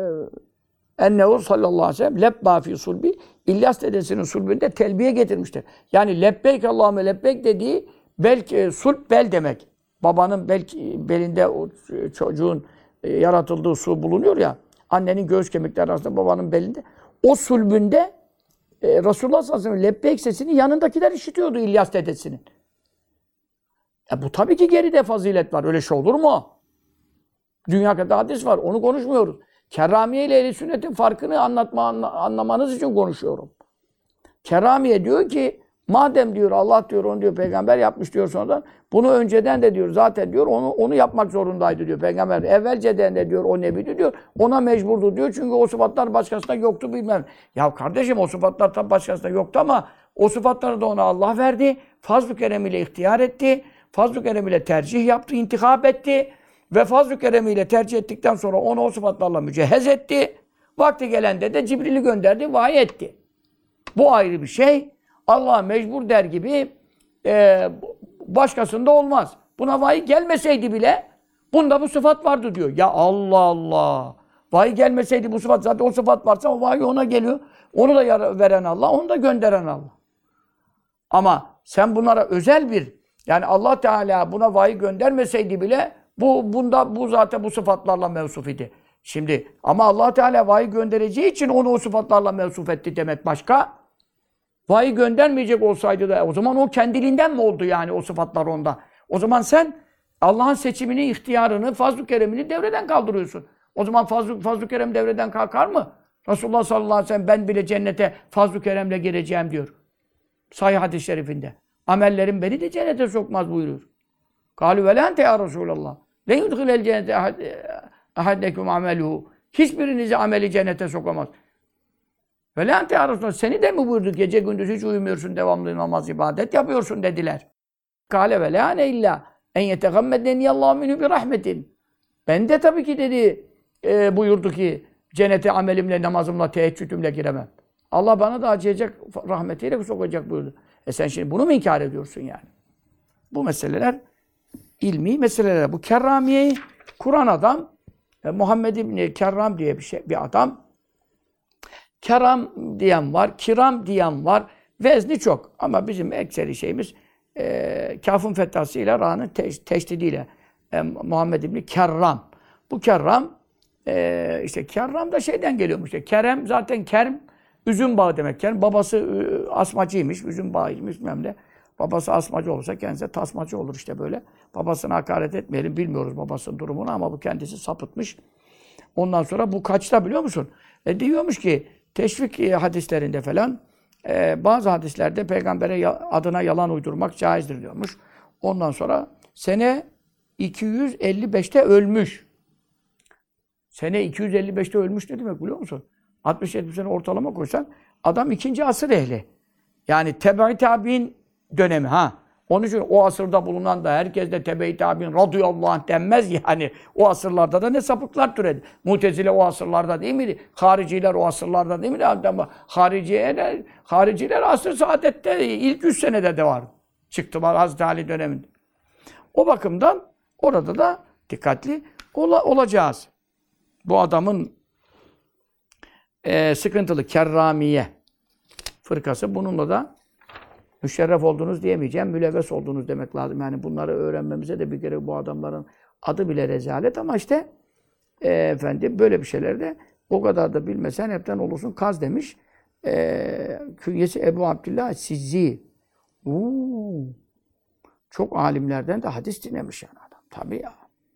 ennehu sallallahu aleyhi ve sellem lebba fi sulbi İlyas dedesinin sulbünde telbiye getirmiştir. Yani lebbeyk Allahümme lebbeyk dediği belki sulp bel demek. Babanın belki belinde o çocuğun e, yaratıldığı su bulunuyor ya. Annenin göğüs kemikleri arasında babanın belinde. O sulbünde e, Resulullah sallallahu aleyhi ve sellem lebbeyk sesini yanındakiler işitiyordu İlyas dedesinin. E bu tabii ki geride fazilet var. Öyle şey olur mu? Dünya kadar hadis var. Onu konuşmuyoruz. Keramiye ile ehl-i sünnetin farkını anlatma, anlamanız için konuşuyorum. Keramiye diyor ki madem diyor Allah diyor onu diyor peygamber yapmış diyor sonradan. Bunu önceden de diyor zaten diyor onu onu yapmak zorundaydı diyor peygamber. Evvelceden de diyor o nebiydi diyor. Ona mecburdu diyor. Çünkü o sıfatlar başkasında yoktu bilmem. Ya kardeşim o sıfatlar tabi başkasında yoktu ama o sıfatları da ona Allah verdi. Fazl-ı kerem ile ihtiyar etti. Fazl-ı kerem ile tercih yaptı, intikap etti. Ve fazl-ı keremiyle tercih ettikten sonra onu o sıfatlarla mücehhez etti. Vakti gelende de Cibril'i gönderdi, vahiy etti. Bu ayrı bir şey. Allah'a mecbur der gibi e, başkasında olmaz. Buna vahiy gelmeseydi bile bunda bu sıfat vardı diyor. Ya Allah Allah! Vahiy gelmeseydi bu sıfat zaten o sıfat varsa o vahiy ona geliyor. Onu da veren Allah, onu da gönderen Allah. Ama sen bunlara özel bir yani Allah Teala buna vahiy göndermeseydi bile Bu bunda bu zaten bu sıfatlarla mevsuf idi. Şimdi ama Allah Teala vahiy göndereceği için onu o sıfatlarla mevsuf etti demek başka. Vahiy göndermeyecek olsaydı da o zaman o kendiliğinden mi oldu yani o sıfatlar onda? O zaman sen Allah'ın seçimini, ihtiyarını, fazl-ı keremini devreden kaldırıyorsun. O zaman fazl-ı fazl kerem devreden kalkar mı? Resulullah sallallahu aleyhi ve sellem ben bile cennete fazl-ı keremle gireceğim diyor. Sahih hadis-i şerifinde. Amellerim beni de cennete sokmaz buyuruyor. Kâlü ve lente ya Resulallah. Le yudhilel cennete ahaddekum ameluhu. Hiçbirinizi ameli cennete sokamaz. Ve lente ya Resulallah. Seni de mi buyurduk? Gece gündüz hiç uyumuyorsun, devamlı namaz, ibadet yapıyorsun dediler. Kâle ve lâne illa en yetegammedeniyallahu minhu bir rahmetin. Ben de tabii ki dedi e, buyurdu ki cennete amelimle, namazımla, teheccüdümle giremem. Allah bana da acıyacak, rahmetiyle sokacak buyurdu. E sen şimdi bunu mu inkar ediyorsun yani? Bu meseleler ilmi meseleler. Bu kerramiyeyi kuran adam e, Muhammed İbni Kerram diye bir şey bir adam. Keram diyen var, kiram diyen var. Vezni çok. Ama bizim ekseri şeyimiz e, kafın fethasıyla ra'nın te teşdidiyle e, Muhammed İbni Kerram. Bu Kerram e, işte Kerram da şeyden geliyormuş. İşte. Kerem zaten kerm üzüm bağı demek. Kerem babası e, asmacıymış, üzüm bağıymış bilmem ne. Babası asmacı olursa kendisi tasmacı olur işte böyle. Babasına hakaret etmeyelim. Bilmiyoruz babasının durumunu ama bu kendisi sapıtmış. Ondan sonra bu kaçta biliyor musun? E diyormuş ki teşvik e, hadislerinde falan e, bazı hadislerde peygambere ya, adına yalan uydurmak caizdir diyormuş. Ondan sonra sene iki yüz elli beşte ölmüş. Sene iki yüz elli beşte ölmüş ne demek biliyor musun? altmış yetmiş sene ortalama koysan adam ikinci asır ehli. Yani tebe-i tabi'in dönemi ha. Onun için o asırda bulunan da herkes de tebe-i tabi'in radıyallahu anh denmez yani. O asırlarda da ne sapıklar türedi. Mutezile o asırlarda değil miydi? Hariciler o asırlarda değil miydi? Ama hariciler, hariciler asr-ı saadette ilk yüz senede de var. Çıktı var Hazreti Ali döneminde. O bakımdan orada da dikkatli ola, olacağız. Bu adamın e, sıkıntılı kerramiye fırkası bununla da müşerref oldunuz diyemeyeceğim, mülevves oldunuz demek lazım. Yani bunları öğrenmemize de bir kere bu adamların adı bile rezalet ama işte e, efendim böyle bir şeylerde o kadar da bilmesen hepten olursun kaz demiş. E, künyesi Ebu Abdillah Sizzi. Uuu. Çok alimlerden de hadis dinlemiş yani adam. Tabii ya.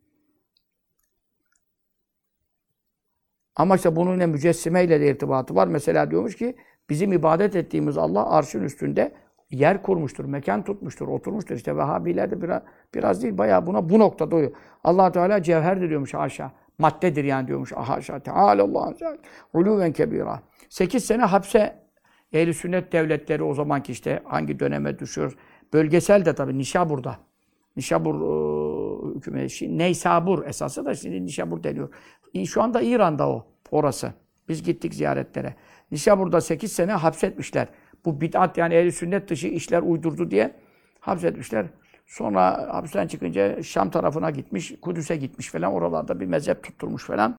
Ama işte bunun ne mücessimeyle de irtibatı var. Mesela diyormuş ki bizim ibadet ettiğimiz Allah arşın üstünde yer kurmuştur, mekan tutmuştur, oturmuştur. İşte Vehhabiler de biraz, biraz değil bayağı buna bu noktada uyuyor. Allah Teala cevherdir diyormuş haşa. Maddedir yani diyormuş haşa. Teâlâllâhu ulûven kebîrâ. Sekiz sene hapse Ehl-i Sünnet devletleri o zamanki işte hangi döneme düşüyor. Bölgesel de tabii Nişabur'da. Nişabur e, hükümeti, Neysabur esası da şimdi Nişabur deniyor. Şu anda İran'da o, orası. Biz gittik ziyaretlere. Nişabur'da sekiz sene hapsetmişler. Bu bid'at yani ehl-i sünnet dışı işler uydurdu diye hapsetmişler. Sonra hapisten çıkınca Şam tarafına gitmiş, Kudüs'e gitmiş falan. Oralarda bir mezhep tutturmuş falan.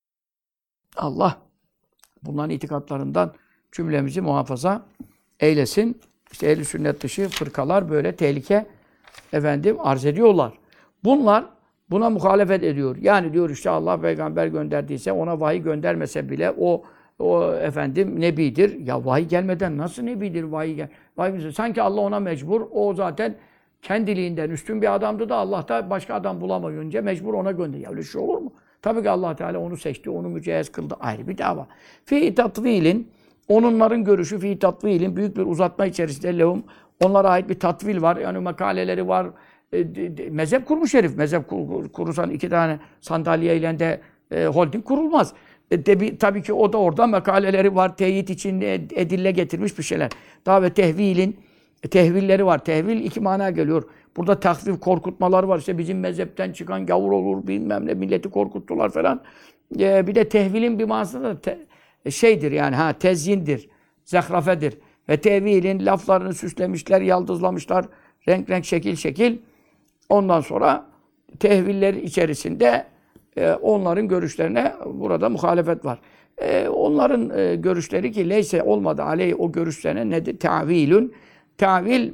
Allah bunların itikatlarından cümlemizi muhafaza eylesin. İşte ehl-i sünnet dışı fırkalar böyle tehlike efendim arz ediyorlar. Bunlar buna muhalefet ediyor. Yani diyor işte Allah peygamber gönderdiyse ona vahiy göndermese bile o o efendim nebidir. Ya vahiy gelmeden nasıl nebidir vahiy gel? Vahiy sanki Allah ona mecbur. O zaten kendiliğinden üstün bir adamdı da Allah da başka adam bulamayınca mecbur ona gönder. Ya öyle şey olur mu? Tabii ki Allah Teala onu seçti, onu mücehhez kıldı. Ayrı bir dava. Fi tatvilin onların görüşü fi tatvilin büyük bir uzatma içerisinde lehum onlara ait bir tatvil var. Yani makaleleri var. E, de, de, mezhep kurmuş herif. Mezhep kur, kurursan iki tane sandalyeyle de e, holding kurulmaz. E, de, tabii ki o da orada makaleleri var. Teyit için edille getirmiş bir şeyler. Daha ve tehvilin e, tehvilleri var. Tehvil iki mana geliyor. Burada tahvif korkutmalar var. İşte bizim mezhepten çıkan gavur olur bilmem ne milleti korkuttular falan. E, bir de tehvilin bir manası da te, şeydir yani ha tezyindir. Zehrafedir. Ve tevilin laflarını süslemişler, yaldızlamışlar. Renk renk şekil şekil. Ondan sonra tehviller içerisinde e, onların görüşlerine burada muhalefet var. E, onların e, görüşleri ki leyse olmadı aleyh o görüşlerine nedir? Tevilün. Tevil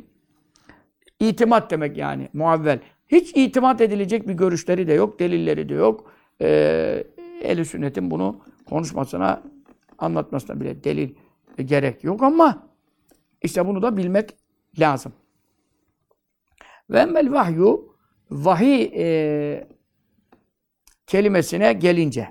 itimat demek yani muavvel. Hiç itimat edilecek bir görüşleri de yok, delilleri de yok. E, Ehl-i Sünnet'in bunu konuşmasına, anlatmasına bile delil e, gerek yok ama işte bunu da bilmek lazım. Ve emmel vahyu, vahiy e, kelimesine gelince.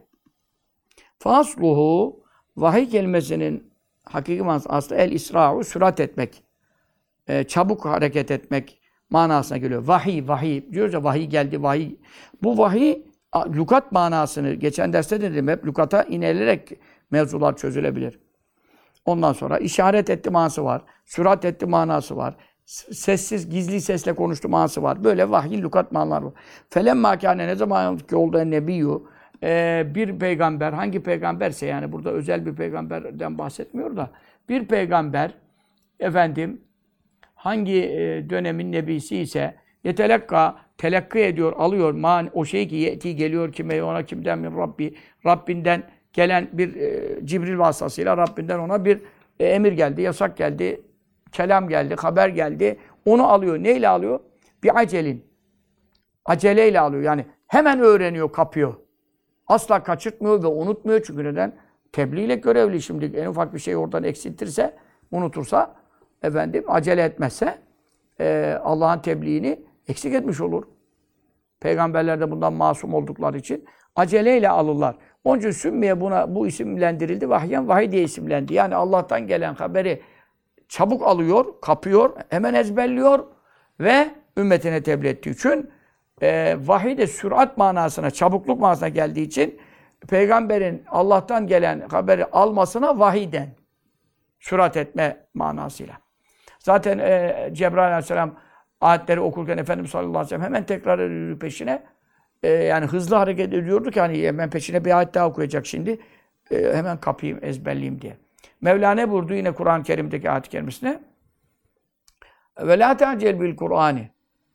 Fasluhu, vahiy kelimesinin hakiki manası aslında el-isra'u, sürat etmek, e, çabuk hareket etmek manasına geliyor. Vahiy, vahiy. Diyoruz ya vahiy geldi, vahiy. Bu vahiy, lügat manasını, geçen derste de dedim hep lügata inilerek mevzular çözülebilir. Ondan sonra işaret etti manası var, sürat etti manası var. Sessiz, gizli sesle konuştu manası var. Böyle vahiy, lügat manaları var. Felemma kâne ne zaman ki oldu nebiyyü ee, bir peygamber, hangi peygamberse yani burada özel bir peygamberden bahsetmiyor da bir peygamber efendim hangi e, dönemin nebisi ise yetelekka telakki ediyor, alıyor man o şey ki yeti geliyor kime ona kimden min Rabbi Rabbinden gelen bir e, Cibril vasıtasıyla Rabbinden ona bir e, emir geldi, yasak geldi. Kelam geldi, haber geldi. Onu alıyor. Neyle alıyor? Bir acelin. Aceleyle alıyor. Yani hemen öğreniyor, kapıyor. Asla kaçırtmıyor ve unutmuyor. Çünkü neden? Tebliğle görevli şimdi. En ufak bir şey oradan eksiltirse, unutursa, efendim acele etmezse e, Allah'ın tebliğini eksik etmiş olur. Peygamberler de bundan masum oldukları için aceleyle alırlar. Onun için sümmiye buna bu isimlendirildi. Vahyen vahiy diye isimlendi. Yani Allah'tan gelen haberi çabuk alıyor, kapıyor, hemen ezberliyor ve ümmetine tebliğ ettiği için e, vahiy de sürat manasına, çabukluk manasına geldiği için peygamberin Allah'tan gelen haberi almasına vahiyden sürat etme manasıyla. Zaten e, Cebrail aleyhisselam ayetleri okurken Efendimiz sallallahu aleyhi ve sellem hemen tekrar ediyor peşine. E, yani hızlı hareket ediyordu ki hani hemen peşine bir ayet daha okuyacak şimdi. E, hemen kapayım, ezberleyeyim diye. Mevla ne buyurdu yine Kur'an-ı Kerim'deki ayet-i kerimesine? Ve la te'acel bil Kur'ani.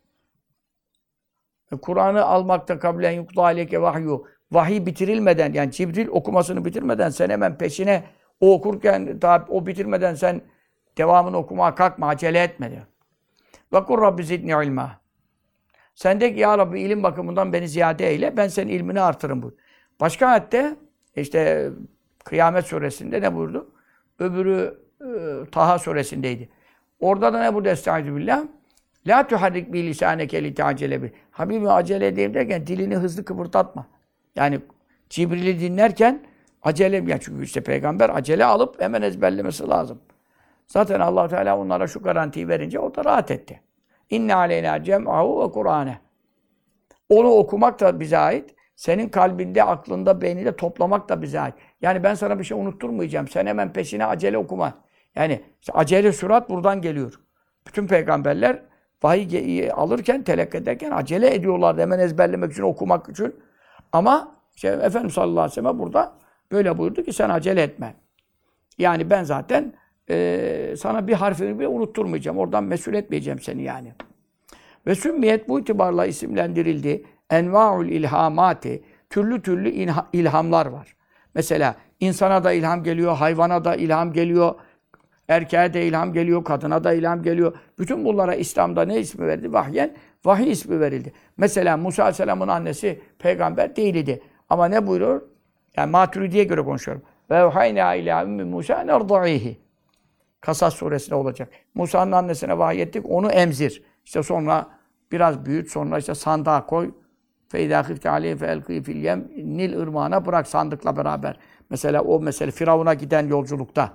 Kur'an'ı almakta kablen yukda aleyke vahyu. Vahiy bitirilmeden, yani Cibril okumasını bitirmeden sen hemen peşine o okurken, daha o bitirmeden sen devamını okumaya kalkma, acele etme diyor. Ve kur Rabbi zidni ilma. Sen de ki ya Rabbi ilim bakımından beni ziyade eyle, ben senin ilmini artırırım bu. Başka ayette işte Kıyamet suresinde ne buyurdu? Öbürü e, Taha suresindeydi. Orada da ne buyurdu? Estaizu billah. La tuharrik bi lisaneke li te'acele bi. Habibim acele edeyim derken dilini hızlı kıpırdatma. Yani Cibril'i dinlerken acele, yani çünkü işte peygamber acele alıp hemen ezberlemesi lazım. Zaten Allah Teala onlara şu garantiyi verince o da rahat etti. İnne aleyna cem'ahu ve Kur'ane. Onu okumak da bize ait. Senin kalbinde, aklında, beyninde toplamak da bize ait. Yani ben sana bir şey unutturmayacağım. Sen hemen peşine acele okuma. Yani işte acele sürat buradan geliyor. Bütün peygamberler vahiy alırken, telakki ederken acele ediyorlardı. Hemen ezberlemek için, okumak için. Ama işte Efendimiz sallallahu aleyhi ve sellem burada böyle buyurdu ki sen acele etme. Yani ben zaten e, sana bir harfini bile unutturmayacağım. Oradan mesul etmeyeceğim seni yani. Ve sümmiyet bu itibarla isimlendirildi. Enva'ul ilhamati. Türlü türlü ilhamlar var. Mesela insana da ilham geliyor, hayvana da ilham geliyor, erkeğe de ilham geliyor, kadına da ilham geliyor. Bütün bunlara İslam'da ne ismi verildi? Vahyen, vahiy ismi verildi. Mesela Musa Aleyhisselam'ın annesi peygamber değildi. Ama ne buyuruyor? Yani Maturidi'ye göre konuşuyorum. Ve uhayna ila ümmi Musa nerda'ihi. Kasas suresinde olacak. Musa'nın annesine vahyettik, onu emzir. İşte sonra biraz büyüt, sonra işte sandığa koy. فَاِذَا خِفْتَ عَلَيْهِ فَاَلْقِي فِي الْيَمْ Nil ırmağına bırak sandıkla beraber. Mesela o mesele Firavun'a giden yolculukta.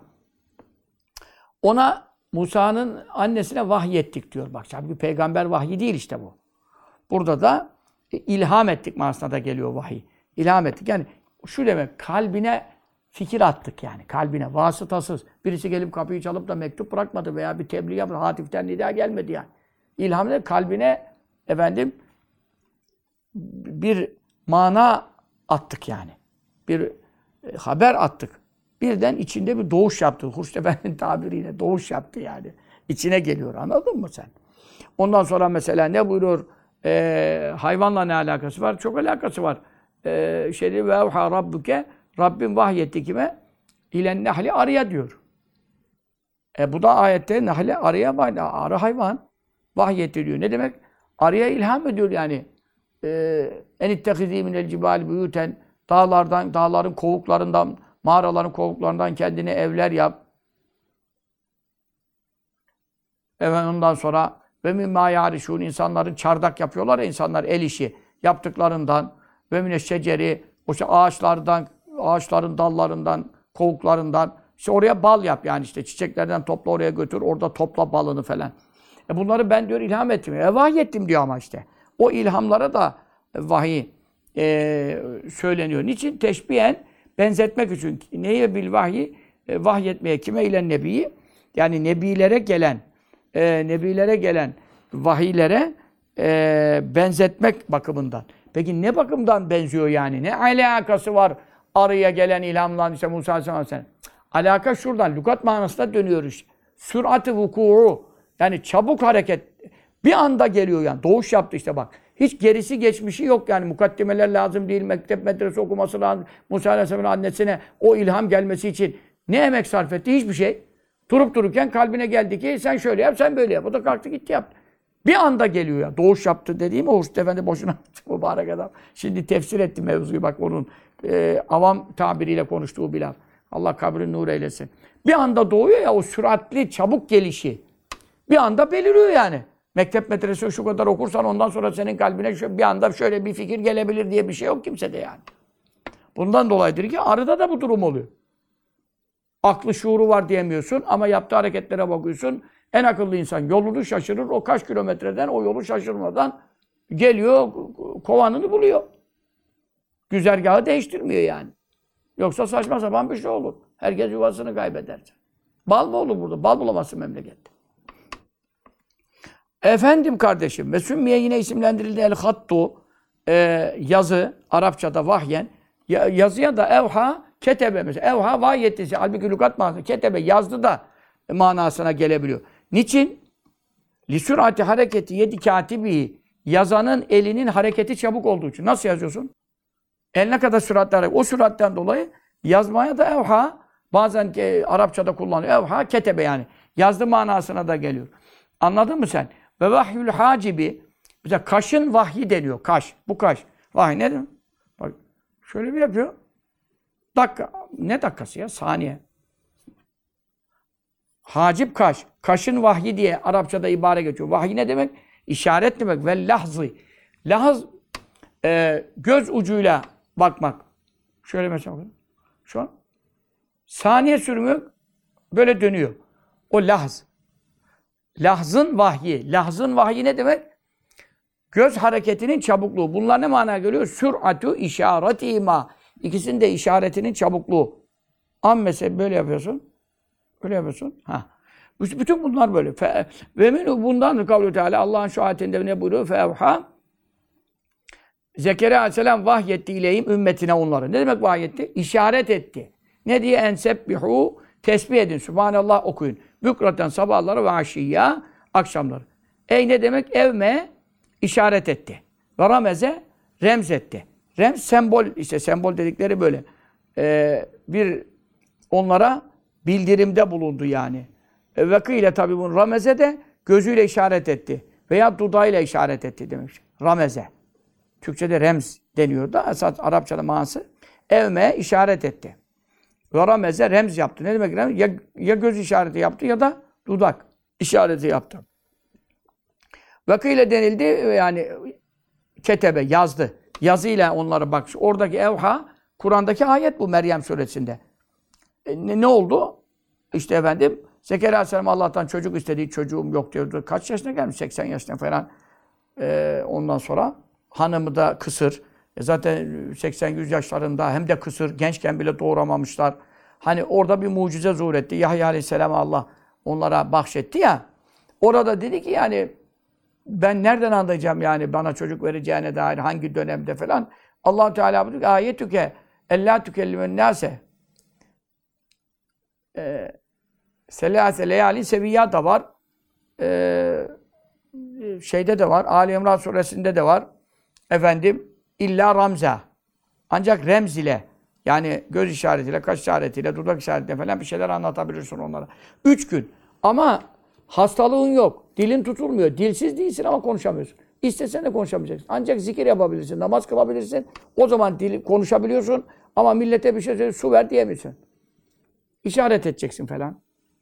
Ona Musa'nın annesine vahyettik diyor. Bak tabii peygamber vahyi değil işte bu. Burada da ilham ettik manasına da geliyor vahiy. İlham ettik. Yani şu demek, kalbine fikir attık yani. Kalbine, vasıtasız. Birisi gelip kapıyı çalıp da mektup bırakmadı veya bir tebliğ yapmadı. Hatiften nida gelmedi yani. İlham edip kalbine efendim bir mana attık yani. Bir e, haber attık. Birden içinde bir doğuş yaptı. Hurşit Efendi'nin tabiriyle doğuş yaptı yani. İçine geliyor. Anladın mı sen? Ondan sonra mesela ne buyuruyor? Ee, hayvanla ne alakası var? Çok alakası var. Ee, şey ve evha rabbuke Rabbim vahyetti kime? İlen nehli arıya diyor. E bu da ayette nehli arıya var. Arı hayvan. Vahyetti diyor. Ne demek? Arıya ilham ediyor yani. En ittehizî minel cibâli buyûten, dağlardan, dağların kovuklarından, mağaraların kovuklarından kendine evler yap. Evet, ondan sonra ve mimmâ yârişûn, insanların çardak yapıyorlar ya insanlar el işi yaptıklarından ve mineşşeceri, o işte ağaçlardan, ağaçların dallarından, kovuklarından işte oraya bal yap yani işte çiçeklerden topla oraya götür, orada topla balını falan. E bunları ben diyor ilham ettim. E vahyettim diyor ama işte. O ilhamlara da vahiy e, söyleniyor. Niçin? Teşbihen benzetmek için. Neye bil vahiy? E, vahyetmeye kime ile nebiyi? Yani nebilere gelen e, nebilere gelen vahiylere e, benzetmek bakımından. Peki ne bakımdan benziyor yani? Ne alakası var arıya gelen ilhamla işte Musa Aleyhisselam? Alaka şuradan. Lügat manasına dönüyoruz. Sürat-ı vuku'u. Yani çabuk hareket. Bir anda geliyor yani. Doğuş yaptı işte bak. Hiç gerisi geçmişi yok yani. Mukaddimeler lazım değil. Mektep medrese okuması lazım. Musa Aleyhisselam'ın annesine o ilham gelmesi için ne emek sarf etti? Hiçbir şey. Durup dururken kalbine geldi ki sen şöyle yap, sen böyle yap. O da kalktı gitti yaptı. Bir anda geliyor ya. Doğuş yaptı dediğim o Hurşit Efendi boşuna mübarek adam. Şimdi tefsir etti mevzuyu bak onun e, avam tabiriyle konuştuğu bir laf. Allah kabrini nur eylesin. Bir anda doğuyor ya o süratli çabuk gelişi. Bir anda beliriyor yani. Mektep medrese şu kadar okursan ondan sonra senin kalbine şu, bir anda şöyle bir fikir gelebilir diye bir şey yok kimsede yani. Bundan dolayıdır ki arada da bu durum oluyor. Aklı şuuru var diyemiyorsun ama yaptığı hareketlere bakıyorsun. En akıllı insan yolunu şaşırır. O kaç kilometreden o yolu şaşırmadan geliyor, kovanını buluyor. Güzergahı değiştirmiyor yani. Yoksa saçma sapan bir şey olur. Herkes yuvasını kaybeder. Bal mı olur burada? Bal bulamazsın memlekette. Efendim kardeşim, ve sümmiye yine isimlendirildi el-hattu, e, yazı, Arapçada vahyen, ya, yazıya da evha, ketebe mesela. Evha vahyettisi, halbuki lügat manası, ketebe yazdı da manasına gelebiliyor. Niçin? Lisürati hareketi yedi katibi, yazanın elinin hareketi çabuk olduğu için. Nasıl yazıyorsun? El ne kadar süratli hareket. O süratten dolayı yazmaya da evha, bazen e, Arapçada kullanıyor. Evha, ketebe yani. Yazdı manasına da geliyor. Anladın mı sen? Ve vahyül hacibi, mesela kaşın vahyi deniyor. Kaş, bu kaş. Vahiy ne demek? Bak, şöyle bir yapıyor. Dakika, ne dakikası ya? Saniye. Hacip kaş. Kaşın vahyi diye Arapçada ibare geçiyor. Vahiy ne demek? İşaret demek. Ve lahzı. Lahz, e, göz ucuyla bakmak. Şöyle mesela bakın. Şu an. Saniye sürümü böyle dönüyor. O lahz. Lahzın vahyi. Lahzın vahyi ne demek? Göz hareketinin çabukluğu. Bunlar ne manaya geliyor? Sür'atu işaretima. İkisinin de işaretinin çabukluğu. Am mesela böyle yapıyorsun. Böyle yapıyorsun. Ha. Bütün bunlar böyle. Fe, ve minhu bundandır kavlu Teala. Allah'ın şu ayetinde ne buyuruyor? Fevha. Zekeriya Aleyhisselam vahyetti ileyhim ümmetine onları. Ne demek vahyetti? İşaret etti. Ne diye? Ensebbihu. Tesbih edin. Subhanallah okuyun. Bükraten sabahları ve aşiyya akşamları. Ey ne demek? Evme işaret etti. Ve rameze remz etti. Remz sembol, işte sembol dedikleri böyle. Ee, bir onlara bildirimde bulundu yani. E, ve ile tabi bunu rameze de gözüyle işaret etti. Veya dudağıyla işaret etti demek. Rameze. Türkçe'de remz deniyor da esas Arapçada manası. Evme işaret etti. Ve rameze remz yaptı. Ne demek remz? Ya, ya göz işareti yaptı ya da dudak işareti yaptı. Ve ile denildi yani ketebe yazdı. Yazıyla onlara bak. Oradaki evha Kur'an'daki ayet bu Meryem suresinde. E, ne, ne oldu? İşte efendim Zekeriya Aleyhisselam Allah'tan çocuk istediği çocuğum yok diyordu. Kaç yaşına gelmiş? seksen yaşına falan. E, ondan sonra hanımı da kısır. E, zaten seksen yüz yaşlarında hem de kısır. Gençken bile doğuramamışlar. Hani orada bir mucize zuhur etti. Yahya Aleyhisselam Allah onlara bahşetti ya. Orada dedi ki yani ben nereden anlayacağım yani bana çocuk vereceğine dair hangi dönemde falan. Allah Teala buyuruyor ki ayetüke ellâ tükellimen nâse. Eee Selâse leyâli seviyyâ da var. Ee, şeyde de var. Ali İmran suresinde de var. Efendim illa ramza. Ancak remz ile yani göz işaretiyle, kaş işaretiyle, dudak işaretiyle falan bir şeyler anlatabilirsin onlara. Üç gün. Ama hastalığın yok. Dilin tutulmuyor. Dilsiz değilsin ama konuşamıyorsun. İstesen de konuşamayacaksın. Ancak zikir yapabilirsin, namaz kılabilirsin. O zaman dil konuşabiliyorsun. Ama millete bir şey söyle, su ver diyemiyorsun. İşaret edeceksin falan.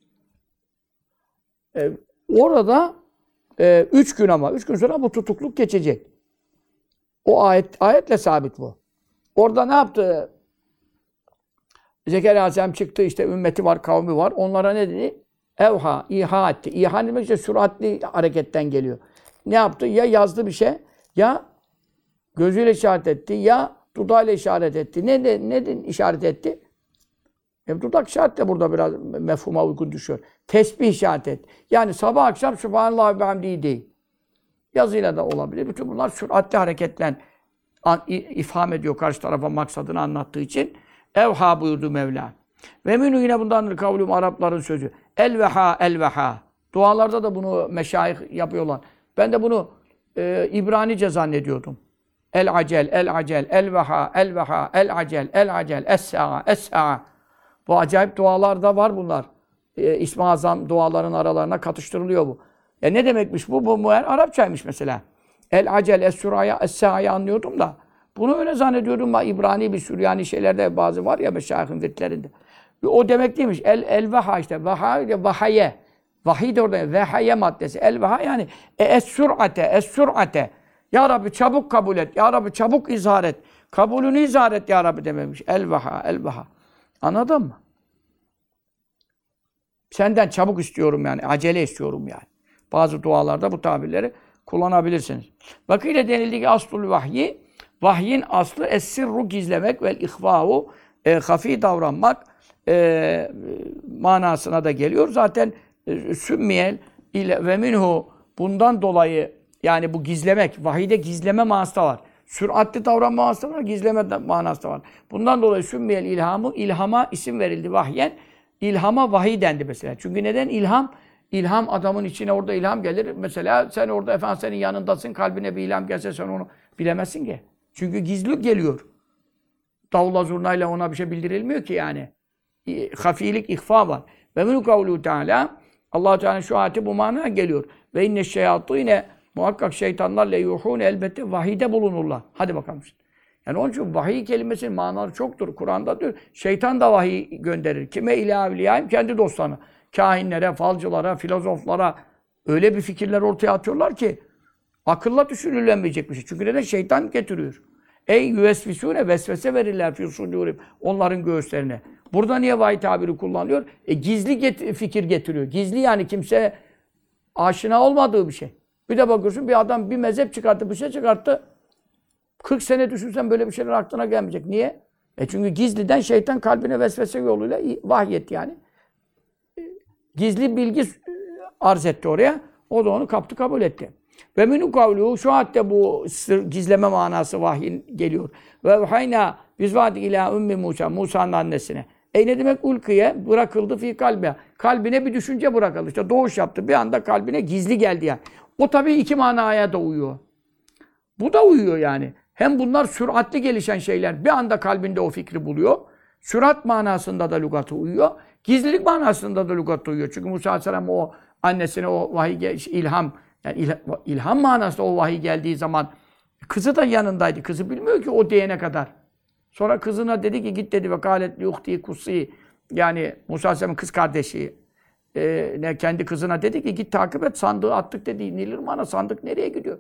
Ee, orada e, üç gün ama, üç gün sonra bu tutukluk geçecek. O ayet, ayetle sabit bu. Orada ne yaptı? Zekeriya Aleyhisselam çıktı, işte ümmeti var, kavmi var. Onlara ne dedi? Evha, iha etti. İha demek işte süratli hareketten geliyor. Ne yaptı? Ya yazdı bir şey, ya gözüyle işaret etti, ya dudağıyla işaret etti. Ne de, ne de işaret etti? E, dudak işaret de burada biraz mefhuma uygun düşüyor. Tesbih işaret et. Yani sabah akşam Sübhanallah ve hamdihi değil. Yazıyla da olabilir. Bütün bunlar süratli hareketle ifham ediyor karşı tarafa maksadını anlattığı için. Evha buyurdu Mevla. Ve minü yine bundandır kavlum Arapların sözü. El-veha, el-veha. Dualarda da bunu meşayih yapıyorlar. Ben de bunu e, İbranice zannediyordum. El-acel, el-acel, el-veha, el-veha, el-acel, el-acel, es-sa'a, es-sa'a. Bu acayip dualar da var bunlar. E, İsmi Azam duaların aralarına katıştırılıyor bu. E ne demekmiş bu? Bu muher Arapçaymış mesela. El-acel, es-suraya, es-sa'yı anlıyordum da. Bunu öyle zannediyordum. İbrani bir Süryani şeylerde bazı var ya meşayihin virtlerinde. O demek değilmiş. El, el-veha işte. Veha ile vahaye. Vahiy de orada. Vehaye maddesi. El veha yani es-sür'ate, es-sür'ate. Ya Rabbi çabuk kabul et. Ya Rabbi çabuk izhar et. Kabulünü izhar et ya Rabbi dememiş. El veha, el veha. Anladın mı? Senden çabuk istiyorum yani. Acele istiyorum yani. Bazı dualarda bu tabirleri kullanabilirsiniz. Vakile denildi ki aslul vahyi, vahyin aslı es-sirru gizlemek ve ihva'u e, hafi davranmak e, manasına da geliyor. Zaten e, sümmiyel ile ve minhu bundan dolayı yani bu gizlemek, vahide gizleme manası da var. Süratli davranma manası da var, gizleme manası da var. Bundan dolayı sümmiyel ilhamı, ilhama isim verildi vahyen. İlhama vahiy dendi mesela. Çünkü neden ilham? İlham adamın içine orada ilham gelir. Mesela sen orada efendim senin yanındasın, kalbine bir ilham gelse sen onu bilemezsin ki. Çünkü gizli geliyor. Davula zurnayla ona bir şey bildirilmiyor ki yani. Hafilik, ihfa var. Ve min kavlu Teala Allah Teala şu ayeti bu manaya geliyor. Ve inne şeyatîne muhakkak şeytanlar le yuhûne elbette vahide bulunurlar. Hadi bakalım. Yani onun için vahiy kelimesinin manaları çoktur. Kur'an'da diyor. Şeytan da vahiy gönderir. Kime ilâ evliyâim? Kendi dostlarına. Kahinlere, falcılara, filozoflara öyle bir fikirler ortaya atıyorlar ki akılla düşünülemeyecek bir şey. Çünkü neden? Şeytan getiriyor. Ey yüvesvisûne vesvese verirler fî sudûrim onların göğüslerine. Burada niye vahiy tabiri kullanılıyor? E, gizli get fikir getiriyor. Gizli yani kimse aşina olmadığı bir şey. Bir de bakıyorsun bir adam bir mezhep çıkarttı, bir şey çıkarttı. kırk sene düşünsen böyle bir şeyler aklına gelmeyecek. Niye? E çünkü gizliden şeytan kalbine vesvese yoluyla vahyetti yani. Gizli bilgi arz etti oraya. O da onu kaptı, kabul etti. Ve minü kavluhu şu hatta bu sır, gizleme manası vahyin geliyor. Ve hayna biz vadi ila ümmi Musa, Musa'nın annesine. E ne demek ulkiye? Bırakıldı fi kalbe. Kalbine bir düşünce bırakıldı. İşte doğuş yaptı. Bir anda kalbine gizli geldi yani. O tabii iki manaya da uyuyor. Bu da uyuyor yani. Hem bunlar süratli gelişen şeyler. Bir anda kalbinde o fikri buluyor. Sürat manasında da lügatı uyuyor. Gizlilik manasında da lügatı uyuyor. Çünkü Musa Aleyhisselam o annesine o vahiy ilham yani il, ilham manasında o vahiy geldiği zaman kızı da yanındaydı. Kızı bilmiyor ki o diyene kadar. Sonra kızına dedi ki git dedi ve kâlet yuhti kusi yani Musa Aleyhisselam'ın kız kardeşi e, ne kendi kızına dedi ki git takip et sandığı attık dedi. Nilirman'a sandık nereye gidiyor?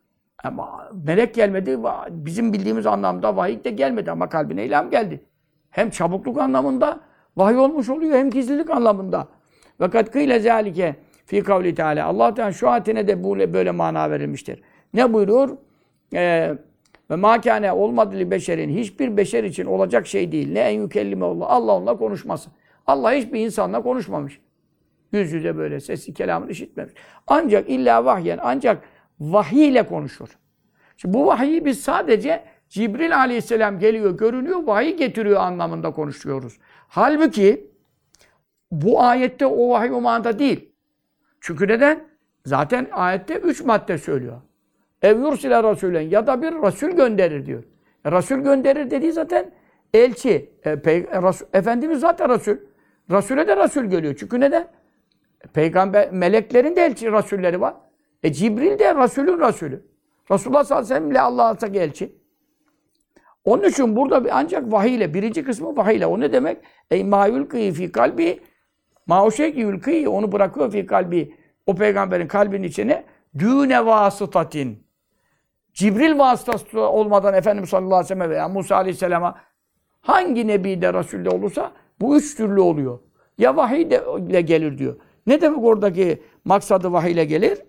Ama melek gelmedi. Bizim bildiğimiz anlamda vahiy de gelmedi ama kalbine ilham geldi. Hem çabukluk anlamında vahiy olmuş oluyor hem gizlilik anlamında. Ve kad kıyle zâlike fî kavli Teâlâ. Allah Teala şu ayetine de böyle, böyle mana verilmiştir. Ne buyuruyor? Ee, ve mâkâne olmadı li beşerin. Hiçbir beşer için olacak şey değil. Ne en yükellime Allah. Allah onunla konuşması. Allah hiçbir insanla konuşmamış. Yüz yüze böyle sesli kelamını işitmemiş. Ancak illa vahyen ancak vahiy ile konuşur. Şimdi bu vahiyi biz sadece Cibril Aleyhisselam geliyor, görünüyor, vahiy getiriyor anlamında konuşuyoruz. Halbuki bu ayette o vahiy o manada değil. Çünkü neden? Zaten ayette üç madde söylüyor. Ev yursile rasûlen ya da bir Resul gönderir diyor. E, Resul gönderir dediği zaten elçi. E, Resul, Efendimiz zaten Resul. Resul'e de Resul geliyor. Çünkü neden? Peygamber, meleklerin de elçi, Resulleri var. E Cibril de Resul'ün Resulü. Resulullah sallallahu aleyhi ve sellem ile Allah'a atacak elçi. Onun için burada ancak vahiy ile, birinci kısmı vahiy ile. O ne demek? Ey mâ yulkî fî kalbi, mâ o şey ki yulkî, onu bırakıyor fî kalbi. O peygamberin kalbinin içine dûne vasıtatin. Cibril vasıtası olmadan Efendimiz sallallahu aleyhi ve sellem veya Musa aleyhisselama hangi nebi de Resul'de olursa bu üç türlü oluyor. Ya vahiy ile gelir diyor. Ne demek oradaki maksadı vahiy ile gelir?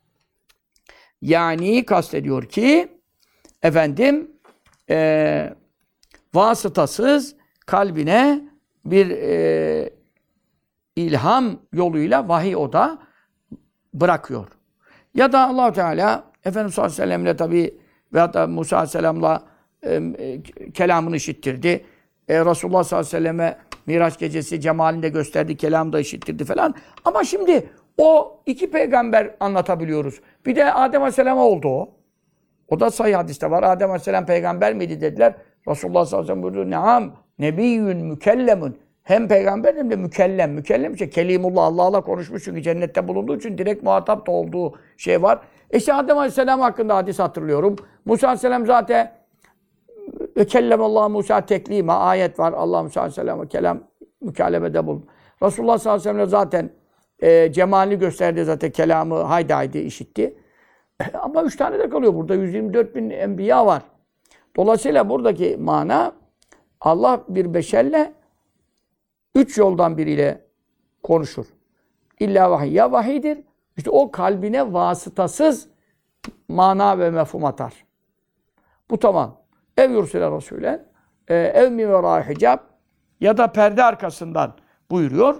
Yani kastediyor ki efendim e, vasıtasız kalbine bir e, ilham yoluyla vahiy o da bırakıyor. Ya da Allah Teala Efendimiz sallallahu aleyhi ve sellem'le tabi veyahut da Musa aleyhisselam'la e, e, kelamını işittirdi. E, Resulullah sallallahu aleyhi ve selleme Miraç gecesi cemalinde gösterdi, kelamı da işittirdi falan. Ama şimdi o iki peygamber anlatabiliyoruz. Bir de Adem Aleyhisselam'a oldu o. O da sahih hadiste var. Adem Aleyhisselam peygamber miydi dediler. Resulullah sallallahu aleyhi ve sellem buyurdu. Neam, nebiyyün mükellemun. Hem peygamber hem de mükellem. Mükellem şey, kelimullah, Allah'la konuşmuş çünkü cennette bulunduğu için direkt muhatap da olduğu şey var. E işte Adem Aleyhisselam hakkında hadis hatırlıyorum. Musa Aleyhisselam zaten ve kellemallahu Musa teklima ayet var. Allah Musa Aleyhisselam'a kelam mükalemede bulundu. Resulullah sallallahu aleyhi ve sellem zaten e, cemalini gösterdi zaten, kelamı haydi haydi işitti. Ama üç tane de kalıyor. Burada yüz yirmi dört bin enbiya var. Dolayısıyla buradaki mana, Allah bir beşerle üç yoldan biriyle konuşur. İlla vahiy. Ya vahiydir. İşte o kalbine vasıtasız mana ve mefhum atar. Bu tamam. Ev yursile Resulen, e, ev mi vera hicab, ya da perde arkasından buyuruyor.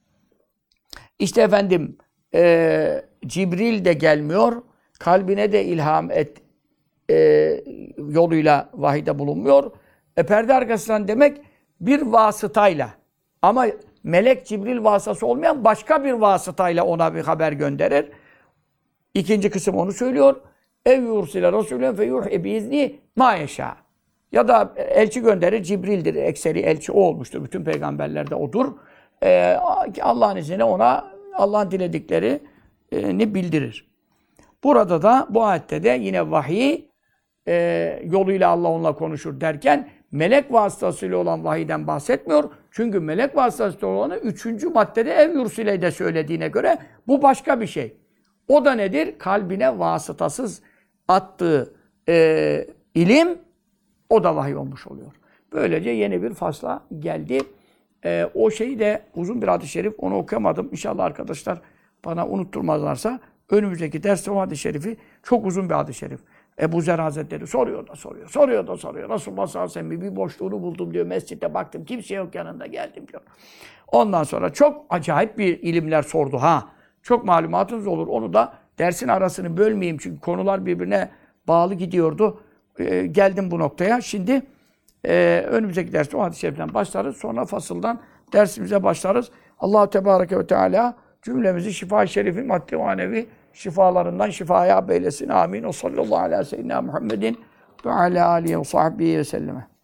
İşte efendim e, Cibril de gelmiyor, kalbine de ilham et e, yoluyla vahide bulunmuyor. E, perde arkasından demek bir vasıtayla, ama melek Cibril vasıtası olmayan başka bir vasıtayla ona bir haber gönderir. İkinci kısım onu söylüyor. Ev yursile Resulen fe yuh'i biizni ma yeşâ. Ya da elçi gönderir, Cibril'dir. Ekseri elçi o olmuştur. Bütün peygamberler de odur. Ee, Allah'ın izniyle ona Allah'ın dilediklerini bildirir. Burada da, bu ayette de yine vahiy e, yoluyla Allah onunla konuşur derken, melek vasıtasıyla olan vahiyden bahsetmiyor. Çünkü melek vasıtasıyla olanı üçüncü maddede ev yursile de söylediğine göre bu başka bir şey. O da nedir? Kalbine vasıtasız attığı e, ilim, o da vahiy olmuş oluyor. Böylece yeni bir fasla geldi. E, o şeyi de uzun bir hadis-i şerif, onu okuyamadım. İnşallah arkadaşlar bana unutturmazlarsa önümüzdeki derste o hadis-i şerifi, çok uzun bir hadis-i şerif. Ebu Zer Hazretleri soruyor da soruyor, soruyor da soruyor. Resulullah sallallahu aleyhi ve sellem bir boşluğunu buldum diyor. Mescitte baktım, kimse yok yanında, geldim diyor. Ondan sonra çok acayip bir ilimler sordu ha. Çok malumatınız olur. Onu da dersin arasını bölmeyeyim çünkü konular birbirine bağlı gidiyordu. Ee, geldim bu noktaya. Şimdi e, önümüzdeki derste o hadis-i şeriften başlarız. Sonra fasıldan dersimize başlarız. Allah-u Tebareke ve Teala cümlemizi şifa-i şerifi, maddi manevi şifalarından şifaya beylesin. Amin. O sallallahu aleyhi ve sellem Muhammedin ve ala alihi ve sahbihi ve selleme.